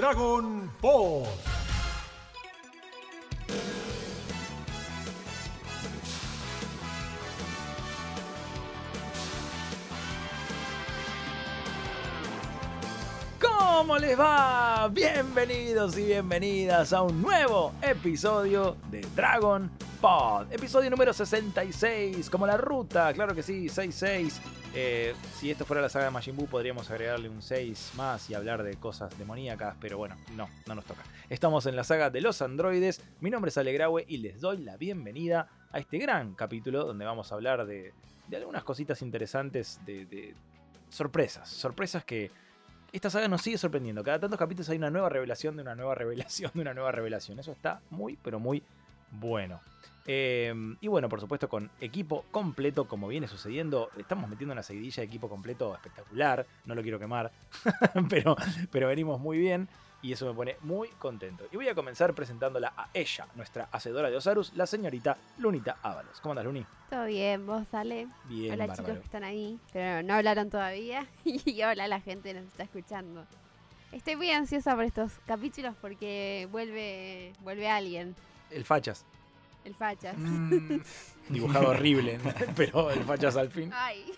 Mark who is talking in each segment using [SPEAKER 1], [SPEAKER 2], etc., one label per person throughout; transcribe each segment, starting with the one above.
[SPEAKER 1] Dragon Ball. ¿Cómo les va? Bienvenidos y bienvenidas a un nuevo episodio de Dragon Pod. Episodio número 66, como la ruta, claro que sí, 66. Si esto fuera la saga de Majin Buu podríamos agregarle un 6 más y hablar de cosas demoníacas, pero bueno, no nos toca. Estamos en la saga de los androides. Mi nombre es Ale Graue y les doy la bienvenida a este gran capítulo donde vamos a hablar de algunas cositas interesantes, de sorpresas que esta saga nos sigue sorprendiendo. Cada tantos capítulos hay una nueva revelación de una nueva revelación de una nueva revelación. Eso está muy, pero muy bueno. Y bueno, por supuesto, con equipo completo, como viene sucediendo. Estamos metiendo una seguidilla de equipo completo espectacular. No lo quiero quemar, pero venimos muy bien. Y eso me pone muy contento. Y voy a comenzar presentándola a ella, nuestra hacedora de Osarus, la señorita Lunita Ábalos. ¿Cómo andas, Luni?
[SPEAKER 2] Todo bien, vos, Ale.
[SPEAKER 1] Bien,
[SPEAKER 2] hola,
[SPEAKER 1] bárbaro.
[SPEAKER 2] chicos que están ahí, pero no hablaron todavía. Y hola a la gente que nos está escuchando. Estoy muy ansiosa por estos capítulos porque vuelve alguien,
[SPEAKER 1] El Fachas.
[SPEAKER 2] el Fachas.
[SPEAKER 1] Dibujado horrible, pero el Fachas al fin.
[SPEAKER 2] Ay.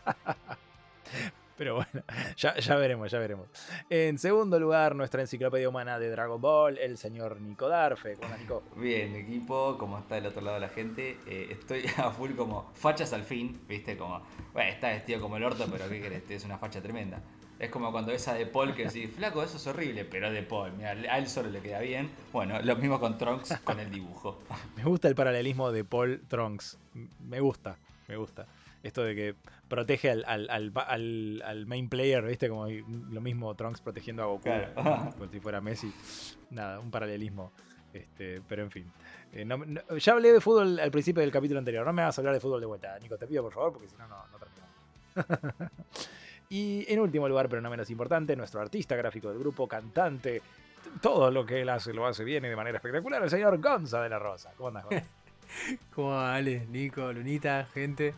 [SPEAKER 1] Pero bueno, ya veremos. En segundo lugar, nuestra enciclopedia humana de Dragon Ball, el señor Nico Darfe. ¿Cómo anda, Nico?
[SPEAKER 3] Bien, equipo, ¿cómo está del otro lado la gente? Estoy a full como fachas al fin, ¿viste? Como, bueno, está vestido como el orto, pero ¿qué querés? Es una facha tremenda. Es como cuando ves a De Paul que decís, flaco, eso es horrible, pero De Paul, mira, a él solo le queda bien. Bueno, lo mismo con Trunks, con el dibujo.
[SPEAKER 1] Me gusta el paralelismo de Paul Trunks. Me gusta. Esto de que protege al main player, ¿viste? Como lo mismo Trunks protegiendo a Goku.
[SPEAKER 3] Claro.
[SPEAKER 1] Como si fuera Messi. Nada, un paralelismo. Pero en fin. Ya hablé de fútbol al principio del capítulo anterior. No me hagas hablar de fútbol de vuelta, Nico. Te pido por favor, porque si no, no terminamos. Y en último lugar, pero no menos importante, nuestro artista gráfico del grupo, cantante. Todo lo que él hace lo hace bien y de manera espectacular. El señor Gonza de la Rosa. ¿Cómo andas, Gonza?
[SPEAKER 4] ¿Cómo va, Ale, Nico, Lunita, gente?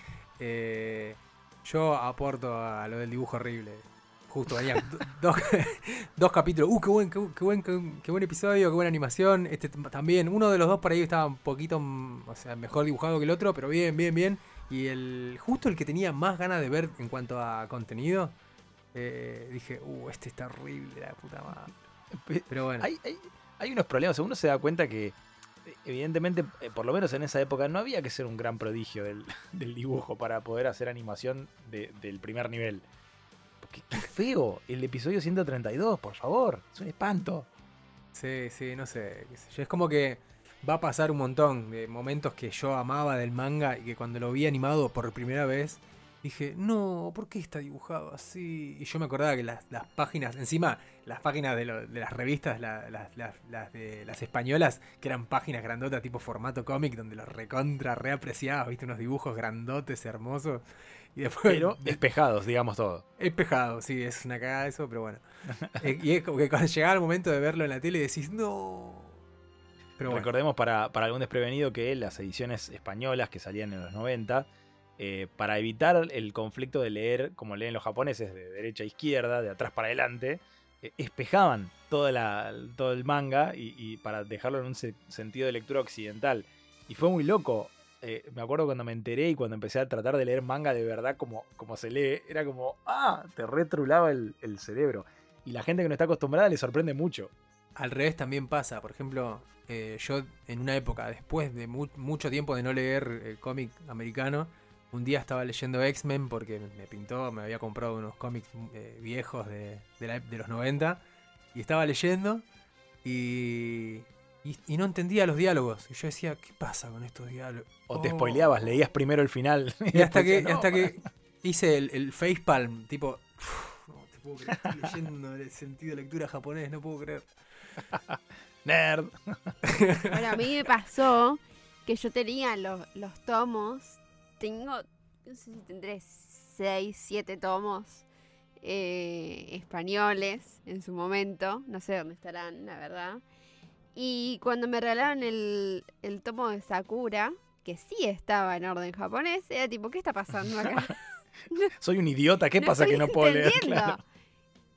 [SPEAKER 4] Yo aporto a lo del dibujo horrible. Justo venía dos capítulos. Qué buen episodio, qué buena animación. Este también, uno de los dos por ahí estaba un poquito, o sea, mejor dibujado que el otro, pero bien. Y justo el que tenía más ganas de ver en cuanto a contenido, dije, este está horrible, la puta madre. Pero bueno.
[SPEAKER 1] Hay unos problemas. Uno se da cuenta que evidentemente, por lo menos en esa época, no había que ser un gran prodigio del dibujo para poder hacer animación del primer nivel. Porque qué feo el episodio 132, por favor. Es un espanto.
[SPEAKER 4] Sí, no sé, qué sé yo. Es como que va a pasar un montón de momentos que yo amaba del manga y que cuando lo vi animado por primera vez dije, no, ¿por qué está dibujado así? Y yo me acordaba que las páginas, encima, las páginas de las revistas, las españolas, que eran páginas grandotas tipo formato cómic, donde los reapreciabas, viste, unos dibujos grandotes, hermosos. Y después,
[SPEAKER 1] pero despejados, digamos todo.
[SPEAKER 4] Espejados, sí, es una cagada eso, pero bueno. Y es como que cuando llegaba el momento de verlo en la tele decís, no. Pero bueno.
[SPEAKER 1] Recordemos para algún desprevenido que las ediciones españolas que salían en los 90... para evitar el conflicto de leer como leen los japoneses de derecha a izquierda, de atrás para adelante, espejaban todo el manga y para dejarlo en un sentido de lectura occidental. Y fue muy loco. Me acuerdo cuando me enteré y cuando empecé a tratar de leer manga de verdad como se lee, era como, te retrulaba el cerebro. Y la gente que no está acostumbrada le sorprende mucho.
[SPEAKER 4] Al revés también pasa. Por ejemplo, yo en una época, después de mucho tiempo de no leer cómic americano, un día estaba leyendo X-Men porque me pintó, me había comprado unos cómics viejos de los 90 y estaba leyendo y no entendía los diálogos. Y yo decía, ¿qué pasa con estos diálogos?
[SPEAKER 1] O te spoileabas, leías primero el final.
[SPEAKER 4] Y hasta que hice el facepalm, tipo, no te puedo creer, estoy leyendo el sentido de lectura japonés, no puedo creer.
[SPEAKER 1] Nerd.
[SPEAKER 2] Bueno, a mí me pasó que yo tenía los tomos. Tengo, no sé si tendré 6, 7 tomos españoles en su momento. No sé dónde estarán, la verdad. Y cuando me regalaron el tomo de Sakura, que sí estaba en orden japonés, era tipo, ¿qué está pasando acá?
[SPEAKER 1] Soy un idiota, ¿qué pasa que no puedo leer?
[SPEAKER 2] Claro.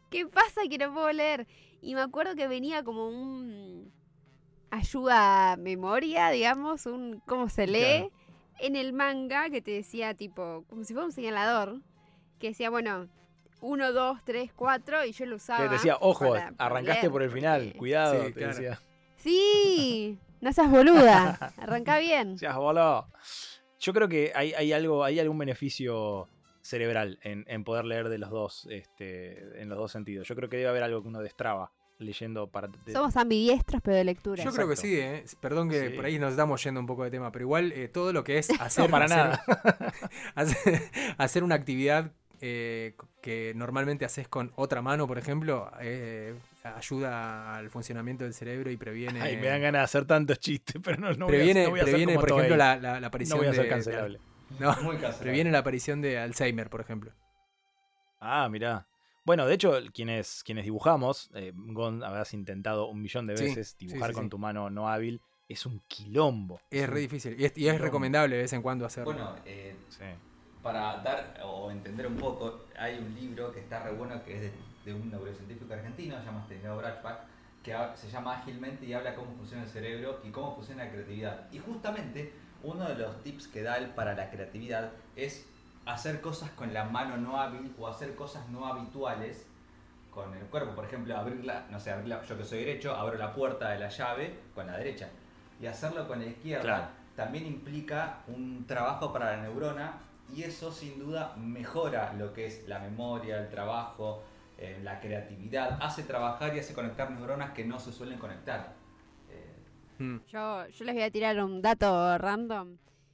[SPEAKER 2] ¿Qué pasa que no puedo leer? Y me acuerdo que venía como un ayuda a memoria, digamos, un cómo se lee
[SPEAKER 1] Claro.
[SPEAKER 2] en el manga que te decía tipo, como si fuera un señalador, que decía, bueno, 1, 2, 3, 4 y yo lo usaba.
[SPEAKER 1] Que te decía, ojo,
[SPEAKER 2] para
[SPEAKER 1] arrancaste
[SPEAKER 2] leer,
[SPEAKER 1] por el final,
[SPEAKER 2] porque-
[SPEAKER 1] cuidado,
[SPEAKER 4] Sí,
[SPEAKER 1] te
[SPEAKER 4] claro.
[SPEAKER 1] decía.
[SPEAKER 2] Sí, no seas boluda, arrancá bien.
[SPEAKER 1] Seas boludo. Yo creo que hay algún beneficio cerebral en poder leer de los dos, en los dos sentidos. Yo creo que debe haber algo que uno destraba leyendo para.
[SPEAKER 2] Somos ambidiestros, pero de lectura.
[SPEAKER 4] Yo creo que
[SPEAKER 1] Exacto.
[SPEAKER 4] sí, ¿eh? Perdón que
[SPEAKER 1] Sí.
[SPEAKER 4] por ahí nos estamos yendo un poco de tema, pero igual todo lo que es hacer,
[SPEAKER 1] No, para
[SPEAKER 4] hacer-
[SPEAKER 1] nada.
[SPEAKER 4] hacer una actividad que normalmente haces con otra mano, por ejemplo, ayuda al funcionamiento del cerebro y previene.
[SPEAKER 1] Ay, me dan ganas de hacer tantos chistes, pero no
[SPEAKER 4] previene,
[SPEAKER 1] voy a hacer
[SPEAKER 4] previene
[SPEAKER 1] como
[SPEAKER 4] por ejemplo,
[SPEAKER 1] Toei.
[SPEAKER 4] la aparición
[SPEAKER 1] No voy a ser
[SPEAKER 4] de-
[SPEAKER 1] cancelable.
[SPEAKER 4] no,
[SPEAKER 3] Muy cancelable.
[SPEAKER 4] previene la aparición de Alzheimer, por ejemplo.
[SPEAKER 1] Ah, mirá. Bueno, de hecho, quienes dibujamos, Gon, habrás intentado 1.000.000 de
[SPEAKER 4] Sí,
[SPEAKER 1] veces
[SPEAKER 4] sí,
[SPEAKER 1] dibujar
[SPEAKER 4] sí,
[SPEAKER 1] con
[SPEAKER 4] sí.
[SPEAKER 1] tu mano no hábil. Es un quilombo.
[SPEAKER 4] Es
[SPEAKER 1] un
[SPEAKER 4] re difícil. Y es
[SPEAKER 1] quilombo.
[SPEAKER 4] recomendable de vez en cuando hacerlo.
[SPEAKER 3] Bueno,
[SPEAKER 1] Sí.
[SPEAKER 3] para dar o entender un poco, hay un libro que está re bueno que es de un neurocientífico argentino, se llama Leo Brachbach, que se llama Ágilmente y habla cómo funciona el cerebro y cómo funciona la creatividad. Y justamente uno de los tips que da él para la creatividad es hacer cosas con la mano no hábil o hacer cosas no habituales con el cuerpo. Por ejemplo, yo que soy derecho, abro la puerta de la llave con la derecha. Y hacerlo con la izquierda
[SPEAKER 1] Claro.
[SPEAKER 3] también implica un trabajo para la neurona y eso sin duda mejora lo que es la memoria, el trabajo, la creatividad, hace trabajar y hace conectar neuronas que no se suelen conectar.
[SPEAKER 2] Yo les voy a tirar un dato random.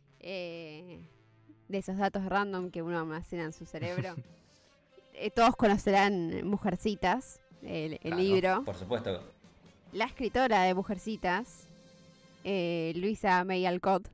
[SPEAKER 2] De esos datos random que uno almacena en su cerebro. Todos conocerán Mujercitas, el
[SPEAKER 3] Claro,
[SPEAKER 2] libro.
[SPEAKER 3] Por supuesto.
[SPEAKER 2] La escritora de Mujercitas, Luisa May Alcott,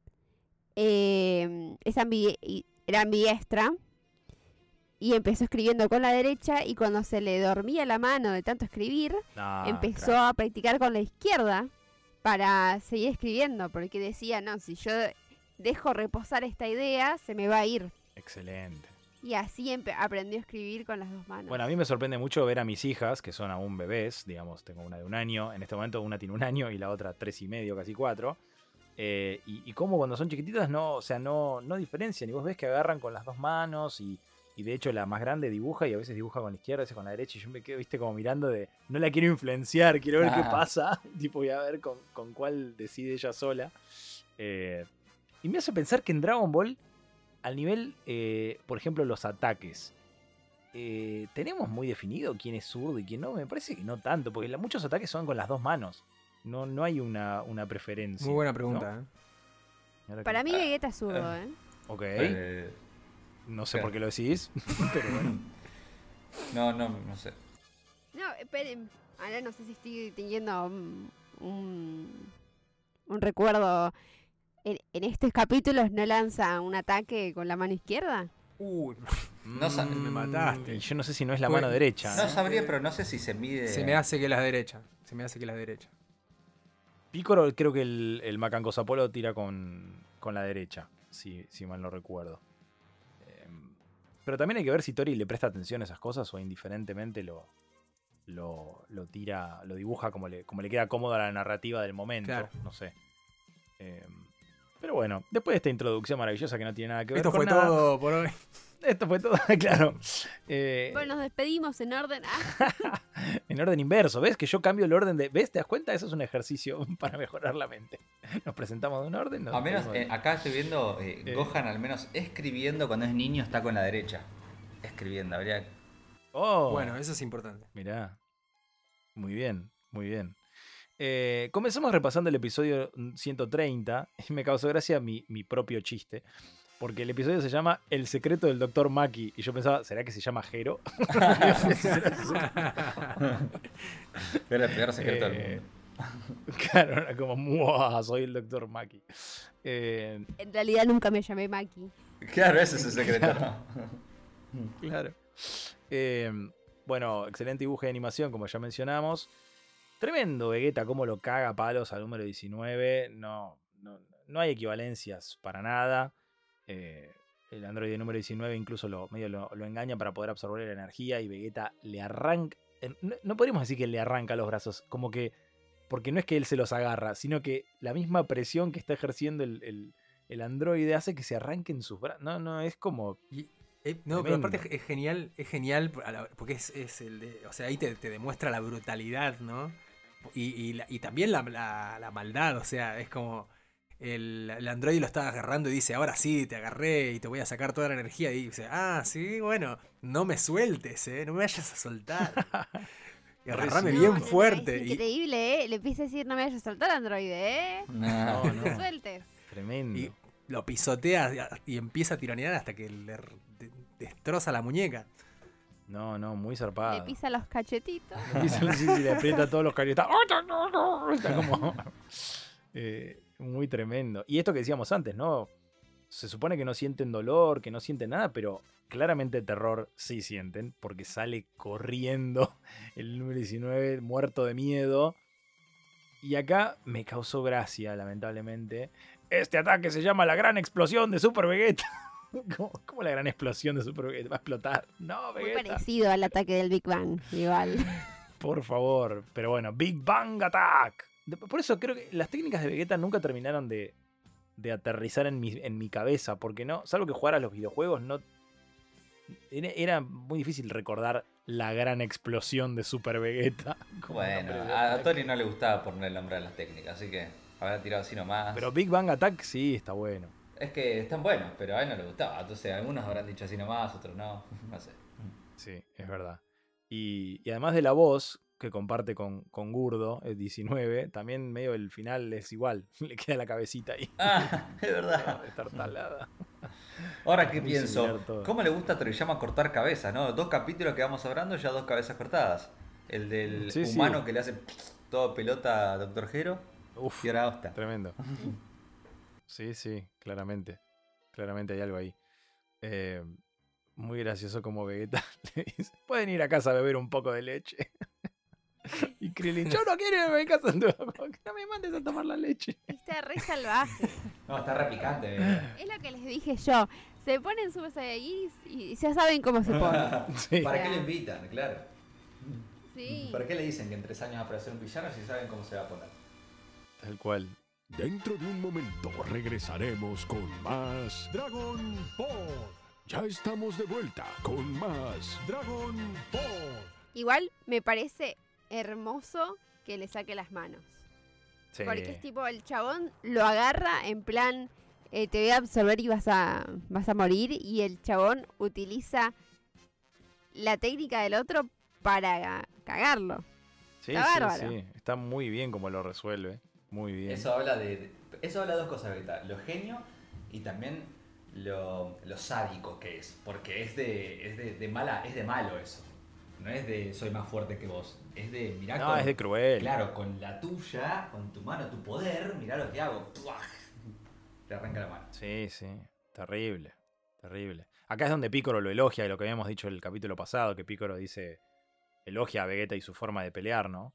[SPEAKER 2] era ambidiestra y empezó escribiendo con la derecha y cuando se le dormía la mano de tanto escribir, empezó
[SPEAKER 1] crack.
[SPEAKER 2] a practicar con la izquierda para seguir escribiendo, porque decía, no, si yo dejo reposar esta idea, se me va a ir.
[SPEAKER 1] Excelente.
[SPEAKER 2] Y así aprendió a escribir con las dos manos.
[SPEAKER 1] Bueno, a mí me sorprende mucho ver a mis hijas, que son aún bebés, digamos, tengo una de 1 año, en este momento una tiene 1 año y la otra 3 y medio, casi 4. Y cómo cuando son chiquititas no diferencian, y vos ves que agarran con las dos manos y de hecho la más grande dibuja y a veces dibuja con la izquierda, a veces con la derecha y yo me quedo, viste, como mirando de, no la quiero influenciar, quiero ver qué pasa, tipo voy a ver con cuál decide ella sola. Y me hace pensar que en Dragon Ball, al nivel, por ejemplo, los ataques, ¿tenemos muy definido quién es zurdo y quién no? Me parece que no tanto, porque muchos ataques son con las dos manos. No hay una preferencia.
[SPEAKER 4] Muy buena pregunta,
[SPEAKER 1] ¿no?
[SPEAKER 4] ¿eh?
[SPEAKER 1] Ahora que-
[SPEAKER 2] Para mí Vegeta es zurdo, ¿eh?
[SPEAKER 1] Ok.
[SPEAKER 3] Eh,
[SPEAKER 1] No sé
[SPEAKER 3] claro.
[SPEAKER 1] por qué lo decís, pero bueno.
[SPEAKER 3] no sé.
[SPEAKER 2] No, esperen. Ahora no sé si estoy teniendo un recuerdo. En estos capítulos no lanza un ataque con la mano izquierda.
[SPEAKER 4] Uy,
[SPEAKER 3] Me
[SPEAKER 4] mataste.
[SPEAKER 1] Y yo no sé si no es la
[SPEAKER 4] Bueno,
[SPEAKER 1] mano derecha.
[SPEAKER 3] No
[SPEAKER 1] ¿no?
[SPEAKER 3] sabría, pero no sé si se mide.
[SPEAKER 4] se me hace que la derecha. Se me hace que la derecha.
[SPEAKER 1] Picoro, creo que el Macanco Sapolo tira con la derecha, si mal no recuerdo. Pero también hay que ver si Tori le presta atención a esas cosas o indiferentemente lo tira, lo dibuja como le queda cómoda a la narrativa del momento.
[SPEAKER 4] Claro.
[SPEAKER 1] No sé. Pero bueno, después de esta introducción maravillosa que no tiene nada que ver
[SPEAKER 4] Esto
[SPEAKER 1] con
[SPEAKER 4] fue
[SPEAKER 1] nada,
[SPEAKER 4] todo por hoy.
[SPEAKER 1] Esto fue todo, claro.
[SPEAKER 2] Bueno, nos despedimos en orden. Ah,
[SPEAKER 1] En orden inverso, ¿ves? Que yo cambio el orden de... ¿Ves? ¿Te das cuenta? Eso es un ejercicio para mejorar la mente. Nos presentamos de un orden. nos
[SPEAKER 3] Al menos
[SPEAKER 1] despedimos de-
[SPEAKER 3] acá estoy viendo Gohan, al menos escribiendo cuando es niño, está con la derecha. Escribiendo, habría.
[SPEAKER 1] Oh,
[SPEAKER 4] Bueno, eso es importante.
[SPEAKER 1] mirá. Muy bien, muy bien. Comenzamos repasando el episodio 130 y me causó gracia mi propio chiste. Porque el episodio se llama El secreto del Dr. Maki. Y yo pensaba, ¿será que se llama Jero?
[SPEAKER 3] Era el peor secreto del
[SPEAKER 1] Eh,
[SPEAKER 3] mundo.
[SPEAKER 1] Claro, era como, ¡muah! Soy el Dr. Maki.
[SPEAKER 2] en realidad nunca me llamé Maki.
[SPEAKER 3] Claro, ese es el secreto.
[SPEAKER 1] Claro. Bueno, excelente dibujo de animación, como ya mencionamos. Tremendo Vegeta, cómo lo caga a palos al número 19. No hay equivalencias para nada. el androide número 19 incluso medio lo engaña para poder absorber la energía y Vegeta le arranca... No podríamos decir que le arranca los brazos, como que... Porque no es que él se los agarra, sino que la misma presión que está ejerciendo el androide hace que se arranquen sus brazos. No, es como...
[SPEAKER 4] No, pero aparte es genial porque es o sea, ahí te demuestra la brutalidad, ¿no? Y también la maldad, o sea, es como el androide lo está agarrando y dice, ahora sí, te agarré y te voy a sacar toda la energía. Y dice, sí, bueno, no me sueltes, no me vayas a soltar. Y agarrame bien fuerte.
[SPEAKER 2] Es increíble, Le empieza a decir, no me vayas a soltar, androide,
[SPEAKER 3] No.
[SPEAKER 2] No me sueltes.
[SPEAKER 1] Tremendo.
[SPEAKER 4] Y lo pisotea y empieza a tironear hasta que le destroza la muñeca.
[SPEAKER 1] No, muy zarpado.
[SPEAKER 2] Le pisa los cachetitos.
[SPEAKER 1] Le aprieta todos los cachetas. Está como... muy tremendo. Y esto que decíamos antes, ¿no? Se supone que no sienten dolor, que no sienten nada, pero claramente terror sí sienten, porque sale corriendo el número 19 muerto de miedo. Y acá me causó gracia, lamentablemente. Este ataque se llama la gran explosión de Super Vegeta. ¿Cómo la gran explosión de Super Vegeta? Va a explotar. No, Vegeta.
[SPEAKER 2] Muy parecido al ataque del Big Bang, igual.
[SPEAKER 1] Por favor. Pero bueno, Big Bang Attack. Por eso creo que las técnicas de Vegeta nunca terminaron de aterrizar en mi cabeza. Porque no, salvo que jugar a los videojuegos, no. Era muy difícil recordar la gran explosión de Super Vegeta.
[SPEAKER 3] Bueno, a Tony no le gustaba poner el nombre a las técnicas, así que habrá tirado así nomás.
[SPEAKER 1] Pero Big Bang Attack sí está bueno.
[SPEAKER 3] Es que están buenos, pero a él no le gustaba. Entonces algunos habrán dicho así nomás, otros no. No sé.
[SPEAKER 1] Sí, es verdad. Y además de la voz que comparte con Gurdo, el 19, también medio el final es igual. Le queda la cabecita ahí.
[SPEAKER 3] Es verdad.
[SPEAKER 1] Estar talada.
[SPEAKER 3] Ahora que
[SPEAKER 1] Muy
[SPEAKER 3] pienso,
[SPEAKER 1] similar todo.
[SPEAKER 3] ¿cómo le gusta a Toriyama cortar cabezas, no? 2 capítulos que vamos hablando, ya 2 cabezas cortadas. El del
[SPEAKER 1] Sí,
[SPEAKER 3] humano
[SPEAKER 1] sí.
[SPEAKER 3] que le hace todo pelota a Dr. Hero.
[SPEAKER 1] Uf,
[SPEAKER 3] Y ahora Osta.
[SPEAKER 1] tremendo. Sí, claramente. Claramente hay algo ahí. Muy gracioso como Vegeta le dice, pueden ir a casa a beber un poco de leche. Y Krillin, yo no quiero ir a mi casa, no me mandes a tomar la leche.
[SPEAKER 2] Está re salvaje.
[SPEAKER 3] No, está re picante. Vegeta.
[SPEAKER 2] Es lo que les dije yo. Se ponen Super Saiyajin y ya saben cómo se ponen.
[SPEAKER 1] Sí.
[SPEAKER 3] ¿Para qué lo invitan? Claro.
[SPEAKER 2] Sí.
[SPEAKER 3] ¿Para qué le dicen que en 3 años va a aparecer un villano si saben cómo se va a poner?
[SPEAKER 1] Tal cual.
[SPEAKER 5] Dentro de un momento regresaremos con más Dragon Ball. Ya estamos de vuelta con más Dragon Ball.
[SPEAKER 2] Igual me parece hermoso que le saque las manos.
[SPEAKER 1] Sí.
[SPEAKER 2] Porque es tipo, el chabón lo agarra en plan, te voy a absorber y vas a morir. Y el chabón utiliza la técnica del otro para cagarlo.
[SPEAKER 1] Sí,
[SPEAKER 2] Está bárbaro.
[SPEAKER 1] sí. Está muy bien como lo resuelve. Muy bien.
[SPEAKER 3] Eso habla de dos cosas, Vegeta. Lo genio y también lo sádico que es. Porque es de malo eso. No es de soy más fuerte que vos. Es de mirá
[SPEAKER 1] No, es de cruel.
[SPEAKER 3] Claro, con la tuya, con tu mano, tu poder, mirá lo que hago. ¡Puah! Le arranca la mano.
[SPEAKER 1] Sí. Terrible. Acá es donde Piccolo lo elogia, y lo que habíamos dicho en el capítulo pasado, que Piccolo elogia a Vegeta y su forma de pelear, ¿no?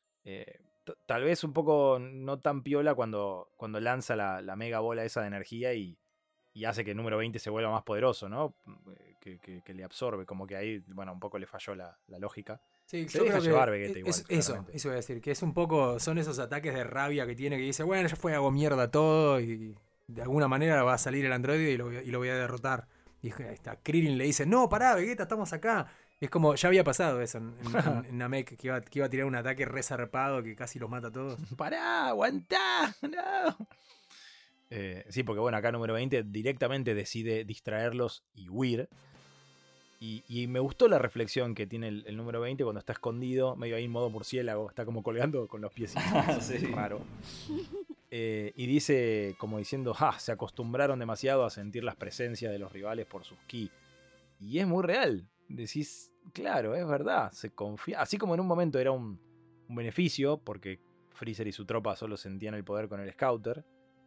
[SPEAKER 1] Tal vez un poco no tan piola cuando lanza la mega bola esa de energía y hace que el número 20 se vuelva más poderoso, ¿no? Que le absorbe, como que ahí, bueno, un poco le falló la lógica.
[SPEAKER 4] Sí,
[SPEAKER 1] Se
[SPEAKER 4] yo
[SPEAKER 1] deja
[SPEAKER 4] creo que
[SPEAKER 1] llevar Vegeta igual,
[SPEAKER 4] eso
[SPEAKER 1] claramente.
[SPEAKER 4] voy a decir, que es un poco, son esos ataques de rabia que tiene, que dice, bueno, ya fue, hago mierda todo y de alguna manera va a salir el androide y lo voy a derrotar. Y ahí está, Krillin le dice, no, pará, Vegeta, estamos acá. Y es como, ya había pasado eso en Namek, que iba a tirar un ataque re zarpado que casi los mata a todos.
[SPEAKER 1] ¡Pará! ¡Aguantá! ¡No! Sí, porque bueno, acá número 20 directamente decide distraerlos y huir. Y me gustó la reflexión que tiene el número 20 cuando está escondido, medio ahí en modo murciélago, está como colgando con los piecitos.
[SPEAKER 3] Sí.
[SPEAKER 1] Raro. Y dice, como diciendo, se acostumbraron demasiado a sentir las presencias de los rivales por sus ki. Y es muy real. Decís, claro, es verdad, se confía. Así como en un momento era un beneficio, porque Freezer y su tropa solo sentían el poder con el Scouter,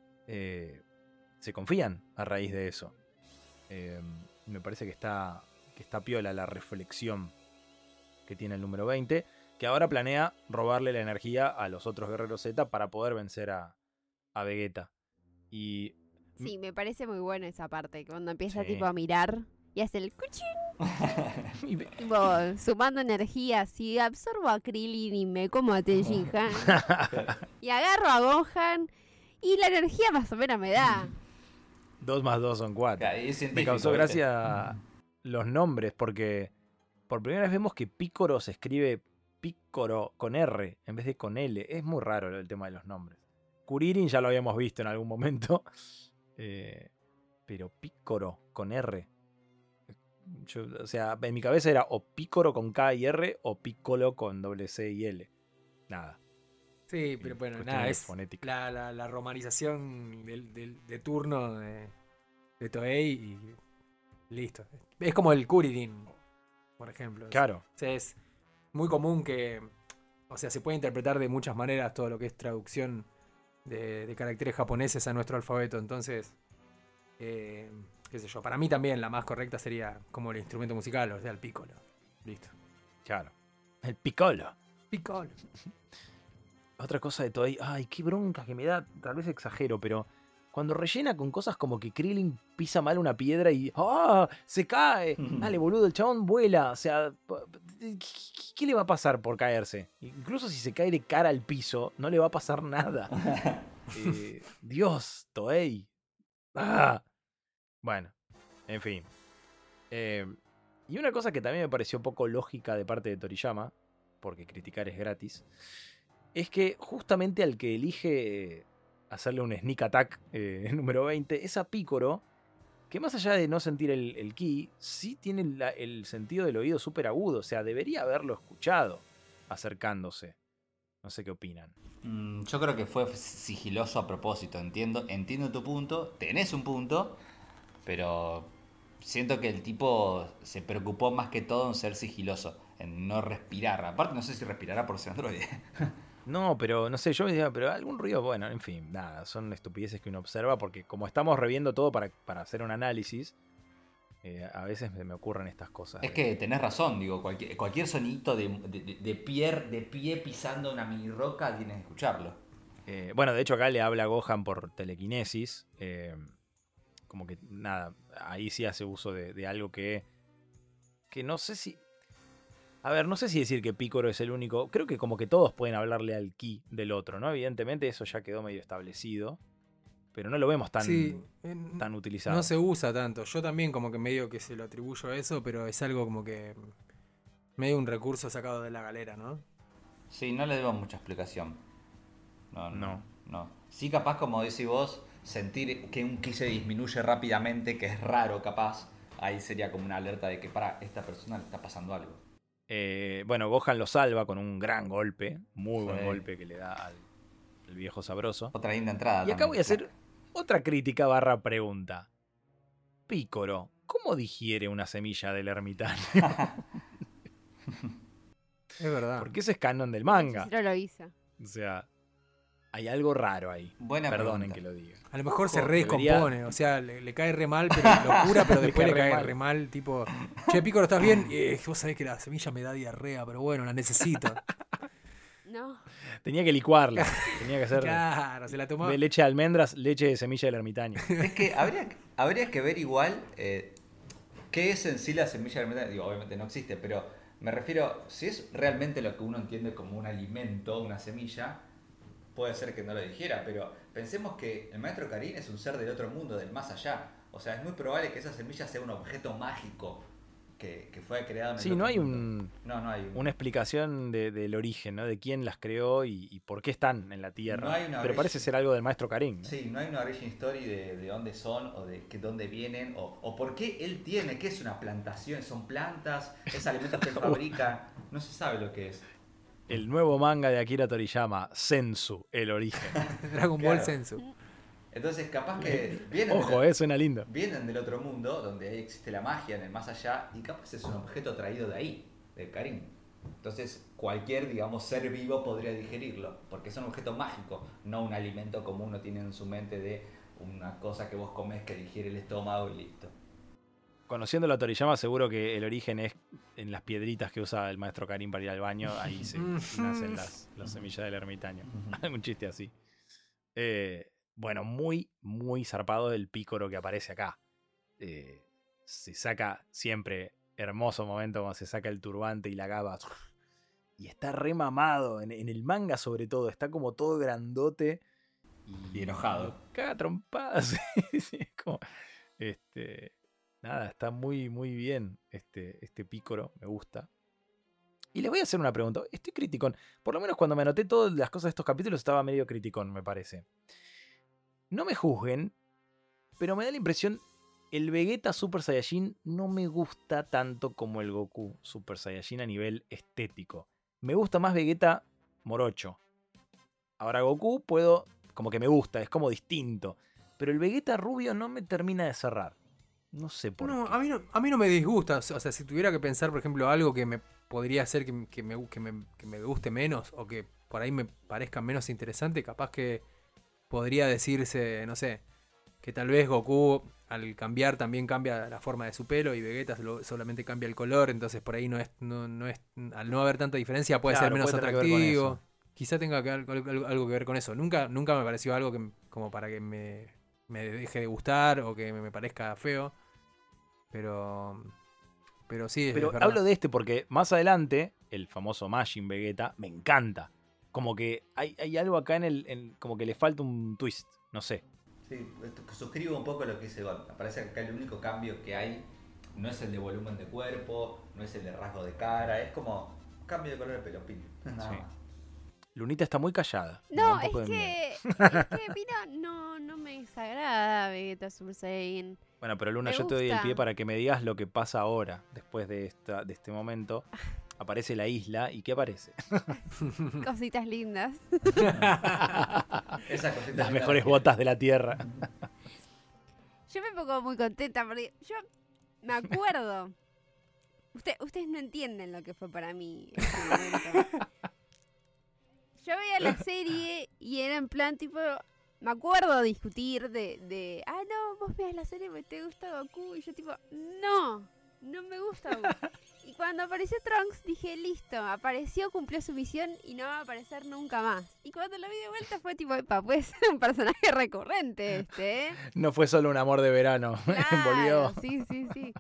[SPEAKER 1] se confían a raíz de eso. Me parece que está piola la reflexión que tiene el número 20, que ahora planea robarle la energía a los otros guerreros Z para poder vencer a Vegeta. Y
[SPEAKER 2] Sí, me parece muy buena esa parte, cuando empieza
[SPEAKER 1] Sí.
[SPEAKER 2] tipo a mirar y hace el cuchín,
[SPEAKER 1] Y-
[SPEAKER 2] tipo sumando energía. Si absorbo a Krillin y me como a Tenshinhan y agarro a Gohan y la energía más o menos me da.
[SPEAKER 1] 2 más 2 son 4.
[SPEAKER 3] Claro, y es
[SPEAKER 1] Me
[SPEAKER 3] científico,
[SPEAKER 1] causó
[SPEAKER 3] ¿viste?
[SPEAKER 1] gracia los nombres porque por primera vez vemos que Picoro se escribe Picoro con R en vez de con L. Es muy raro el tema de los nombres. Kuririn ya lo habíamos visto en algún momento. Pero Picoro con R. O sea, en mi cabeza era o Picoro con K y R o Piccolo con doble C y L. Nada.
[SPEAKER 4] Sí, pero bueno,
[SPEAKER 1] cuestiones
[SPEAKER 4] nada,
[SPEAKER 1] de
[SPEAKER 4] es
[SPEAKER 1] fonética.
[SPEAKER 4] la romanización de turno de Toei y listo. Es como el Kuririn, por ejemplo.
[SPEAKER 1] Claro.
[SPEAKER 4] O sea, es muy común que, o sea, se puede interpretar de muchas maneras todo lo que es traducción de caracteres japoneses a nuestro alfabeto. Entonces, qué sé yo, para mí también la más correcta sería como el instrumento musical, o sea, el piccolo. Listo.
[SPEAKER 1] Claro. El Piccolo.
[SPEAKER 4] Piccolo.
[SPEAKER 1] Otra cosa de Toei, ay, qué bronca que me da, tal vez exagero, pero cuando rellena con cosas como que Krillin pisa mal una piedra y ¡ah! ¡Se cae! Dale, boludo, el chabón vuela. O sea, ¿qué le va a pasar por caerse? Incluso si se cae de cara al piso, no le va a pasar nada. Dios, Toei. ¡Ah! Bueno, en fin. Y una cosa que también me pareció poco lógica de parte de Toriyama, porque criticar es gratis, es que justamente al que elige hacerle un sneak attack número 20 es a Picoro, que más allá de no sentir el ki, sí tiene el sentido del oído súper agudo. O sea, debería haberlo escuchado acercándose. No sé qué opinan.
[SPEAKER 3] Yo creo que fue sigiloso a propósito. Entiendo tu punto, tenés un punto, pero siento que el tipo se preocupó más que todo en ser sigiloso, en no respirar. Aparte, no sé si respirará por ser androide.
[SPEAKER 1] No, pero no sé, yo me decía, pero algún ruido, bueno, en fin, nada, son estupideces que uno observa porque como estamos reviendo todo para hacer un análisis, a veces me ocurren estas cosas.
[SPEAKER 3] Es que tenés razón, digo, cualquier sonito de pie pisando una mini roca tienes que escucharlo.
[SPEAKER 1] Bueno, de hecho acá le habla Gohan por telequinesis, como que nada, ahí sí hace uso de algo que no sé si... A ver, no sé si decir que Picoro es el único. Creo que como que todos pueden hablarle al ki del otro, ¿no? Evidentemente eso ya quedó medio establecido. Pero no lo vemos tan,
[SPEAKER 4] Sí,
[SPEAKER 1] tan utilizado.
[SPEAKER 4] no se usa tanto. Yo también como que medio que se lo atribuyo a eso, pero es algo como que medio un recurso sacado de la galera, ¿no?
[SPEAKER 3] Sí, no le debo mucha explicación.
[SPEAKER 1] No.
[SPEAKER 3] No. Sí, capaz, como decís vos, sentir que un ki se disminuye rápidamente, que es raro capaz, ahí sería como una alerta de que para esta persona le está pasando algo.
[SPEAKER 1] Bueno, Gohan lo salva con un gran golpe. Muy buen
[SPEAKER 3] Sí.
[SPEAKER 1] golpe que le da al viejo sabroso.
[SPEAKER 3] Otra linda entrada.
[SPEAKER 1] Y acá
[SPEAKER 3] también,
[SPEAKER 1] voy a hacer otra crítica / pregunta. Picoro, ¿cómo digiere una semilla del ermitaño?
[SPEAKER 4] Es verdad.
[SPEAKER 1] Porque ese es canon del
[SPEAKER 2] El
[SPEAKER 1] manga.
[SPEAKER 2] hechicero lo hizo.
[SPEAKER 1] O sea, hay algo raro ahí.
[SPEAKER 3] Buena
[SPEAKER 1] Perdonen
[SPEAKER 3] pregunta.
[SPEAKER 1] que lo diga.
[SPEAKER 4] A lo mejor se
[SPEAKER 3] Ojo,
[SPEAKER 4] redescompone, o sea, le cae re mal, pero lo cura, pero
[SPEAKER 1] Le
[SPEAKER 4] después
[SPEAKER 1] cae
[SPEAKER 4] le
[SPEAKER 1] re
[SPEAKER 4] cae
[SPEAKER 1] mal.
[SPEAKER 4] re mal, tipo, che, Picoro, ¿estás bien? Vos sabés que la semilla me da diarrea, pero bueno, la necesito.
[SPEAKER 2] No.
[SPEAKER 1] Tenía que licuarla. Tenía que hacer
[SPEAKER 4] Claro, se la tomó.
[SPEAKER 1] de leche de almendras, leche de semilla del ermitaño.
[SPEAKER 3] Es que habría que ver igual qué es en sí la semilla del ermitaño. Digo, obviamente no existe, pero me refiero, si es realmente lo que uno entiende como un alimento, una semilla, puede ser que no lo dijera, pero pensemos que el maestro Karin es un ser del otro mundo, del más allá. O sea, es muy probable que esa semilla sea un objeto mágico que fue creado en el
[SPEAKER 1] Sí,
[SPEAKER 3] otro
[SPEAKER 1] no hay
[SPEAKER 3] mundo. No hay
[SPEAKER 1] una explicación del origen, ¿no? De quién las creó y por qué están en la Tierra.
[SPEAKER 3] No hay una
[SPEAKER 1] Pero parece
[SPEAKER 3] origin-
[SPEAKER 1] ser algo del maestro Karim, ¿no?
[SPEAKER 3] Sí, no hay una origin story de dónde son o de dónde vienen o por qué él tiene, qué es una plantación, son plantas, es alimentos que él fabrica, no se sabe lo que es.
[SPEAKER 1] El nuevo manga de Akira Toriyama, Sensu, el origen.
[SPEAKER 4] Dragon Ball
[SPEAKER 3] Claro.
[SPEAKER 4] Sensu.
[SPEAKER 3] Entonces capaz que vienen,
[SPEAKER 1] Ojo, suena lindo.
[SPEAKER 3] vienen del otro mundo, donde ahí existe la magia en el más allá, y capaz es un objeto traído de ahí, del Karim. Entonces cualquier, digamos, ser vivo podría digerirlo, porque es un objeto mágico, no un alimento como uno tiene en su mente de una cosa que vos comes que digiere el estómago y listo.
[SPEAKER 1] Conociéndolo a Toriyama, seguro que el origen es en las piedritas que usa el maestro Karim para ir al baño. Ahí se nacen las semillas del ermitaño. Algún chiste así. Bueno, muy, muy zarpado el pícoro que aparece acá. Se saca siempre, hermoso momento cuando se saca el turbante y la gaba. Y está re mamado, en el manga sobre todo, está como todo grandote.
[SPEAKER 3] Y enojado.
[SPEAKER 1] Caga trompadas. Sí, es como, nada, está muy, muy bien este pícoro, me gusta. Y les voy a hacer una pregunta. Estoy criticón. Por lo menos cuando me anoté todas las cosas de estos capítulos estaba medio criticón, me parece. No me juzguen, pero me da la impresión, el Vegeta Super Saiyajin no me gusta tanto como el Goku Super Saiyajin a nivel estético. Me gusta más Vegeta morocho. Ahora Goku como que me gusta, es como distinto. Pero el Vegeta rubio no me termina de cerrar. No sé por
[SPEAKER 4] No,
[SPEAKER 1] qué.
[SPEAKER 4] a mí no me disgusta. O sea, si tuviera que pensar, por ejemplo, algo que me podría hacer que me guste menos o que por ahí me parezca menos interesante, capaz que podría decirse, no sé, que tal vez Goku al cambiar también cambia la forma de su pelo y Vegeta solamente cambia el color, entonces por ahí no es al no haber tanta diferencia puede
[SPEAKER 1] Claro,
[SPEAKER 4] ser menos
[SPEAKER 1] puede tener que ver con
[SPEAKER 4] atractivo.
[SPEAKER 1] eso.
[SPEAKER 4] Quizá tenga algo que ver con eso. Nunca me pareció algo como para que me deje de gustar o que me parezca feo. Pero sí, es
[SPEAKER 1] Pero
[SPEAKER 4] verdad.
[SPEAKER 1] hablo de porque más adelante, el famoso Majin Vegeta, me encanta. Como que hay algo acá como que le falta un twist, no sé.
[SPEAKER 3] Sí, suscribo un poco lo que dice Gon. Me parece que acá el único cambio que hay no es el de volumen de cuerpo, no es el de rasgo de cara, es como un cambio de color de pelo, pin. Nada
[SPEAKER 1] Sí.
[SPEAKER 3] más.
[SPEAKER 1] Lunita está muy callada. me da
[SPEAKER 2] No,
[SPEAKER 1] un poco de miedo.
[SPEAKER 2] es que mira, no me desagrada Vegeta Super Saiyan.
[SPEAKER 1] Bueno, pero Luna,
[SPEAKER 2] Me
[SPEAKER 1] yo te doy el
[SPEAKER 2] gusta.
[SPEAKER 1] pie para que me digas lo que pasa ahora, después de este momento. Aparece la isla, ¿y qué aparece?
[SPEAKER 2] Cositas lindas.
[SPEAKER 3] Esa cosita
[SPEAKER 1] Las
[SPEAKER 3] linda
[SPEAKER 1] mejores
[SPEAKER 3] la quiero.
[SPEAKER 1] botas de la tierra.
[SPEAKER 2] Yo me pongo muy contenta porque yo me acuerdo. Ustedes no entienden lo que fue para mí ese momento. Yo veía la serie y era en plan tipo. Me acuerdo discutir no, vos veas la serie porque te gusta Goku. Y yo tipo, no me gusta Goku. Y cuando apareció Trunks dije, listo, apareció, cumplió su misión y no va a aparecer nunca más. Y cuando lo vi de vuelta fue tipo, epa, puede ser un personaje recurrente ¿eh?
[SPEAKER 1] No fue solo un amor de verano. Volvió.
[SPEAKER 2] Claro, sí.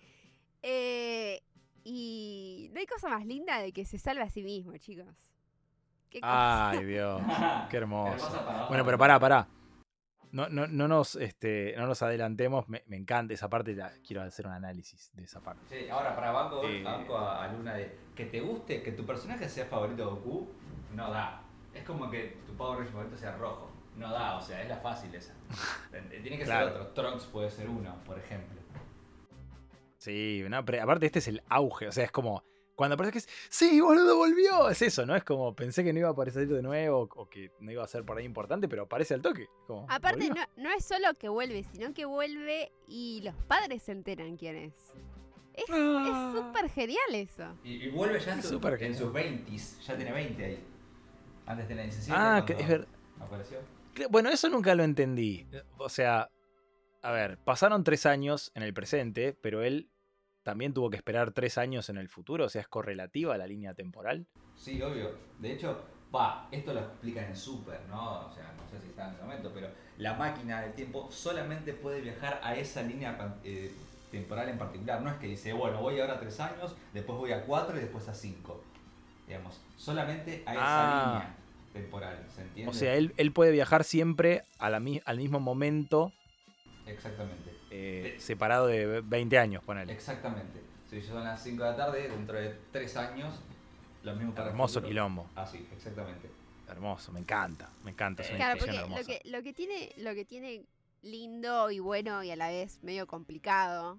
[SPEAKER 2] Y no hay cosa más linda de que se salve a sí mismo, chicos. ¿Qué cosa?
[SPEAKER 1] Ay, Dios. Qué hermoso.
[SPEAKER 3] Hermosa para
[SPEAKER 1] Bueno, pero pará. No nos adelantemos. Me encanta esa parte. Quiero hacer un análisis de esa parte.
[SPEAKER 3] Sí, ahora para banco
[SPEAKER 1] Eh.
[SPEAKER 3] a Luna de que te guste, que tu personaje sea favorito de Goku, no da. Es como que tu Power Ranger favorito sea rojo. No da, o sea, es la fácil esa. Tiene que
[SPEAKER 1] Claro.
[SPEAKER 3] ser otro. Trunks puede ser uno, por ejemplo.
[SPEAKER 1] Sí, no, pero aparte este es el auge. O sea, es como cuando parece que es. ¡Sí, boludo, volvió! Es eso, ¿no? Es como pensé que no iba a aparecer de nuevo o que no iba a ser por ahí importante, pero aparece al toque. Como,
[SPEAKER 2] Aparte,
[SPEAKER 1] volvió.
[SPEAKER 2] no es solo que vuelve, sino que vuelve y los padres se enteran quién es. Es súper genial eso.
[SPEAKER 3] Y vuelve ya
[SPEAKER 1] Es súper
[SPEAKER 3] en
[SPEAKER 1] genial.
[SPEAKER 3] sus 20s, ya tiene 20 ahí. Antes tenía 17.
[SPEAKER 1] Que
[SPEAKER 3] cuando
[SPEAKER 1] es verdad.
[SPEAKER 3] apareció.
[SPEAKER 1] Bueno, eso nunca lo entendí. O sea, a ver, pasaron 3 años en el presente, pero él también tuvo que esperar 3 años en el futuro. O sea, es correlativa a la línea temporal.
[SPEAKER 3] Sí, obvio. De hecho, esto lo explican en Super, ¿no? O sea, no sé si está en ese momento, pero la máquina del tiempo solamente puede viajar a esa línea temporal en particular. No es que dice, bueno, voy ahora a 3 años, después voy a 4 y después a 5. Digamos, solamente a esa línea temporal, ¿se entiende?
[SPEAKER 1] O sea, él puede viajar siempre al mismo momento,
[SPEAKER 3] Exactamente.
[SPEAKER 1] separado de 20 años, ponele.
[SPEAKER 3] Exactamente. Si son las 5 de la tarde, dentro de 3 años, lo mismo para el
[SPEAKER 1] Hermoso
[SPEAKER 3] futuro.
[SPEAKER 1] quilombo.
[SPEAKER 3] Ah, sí, exactamente.
[SPEAKER 1] Hermoso, me encanta. Es una
[SPEAKER 2] Claro,
[SPEAKER 1] discusión
[SPEAKER 2] porque
[SPEAKER 1] hermosa.
[SPEAKER 2] lo que tiene lindo y bueno y a la vez medio complicado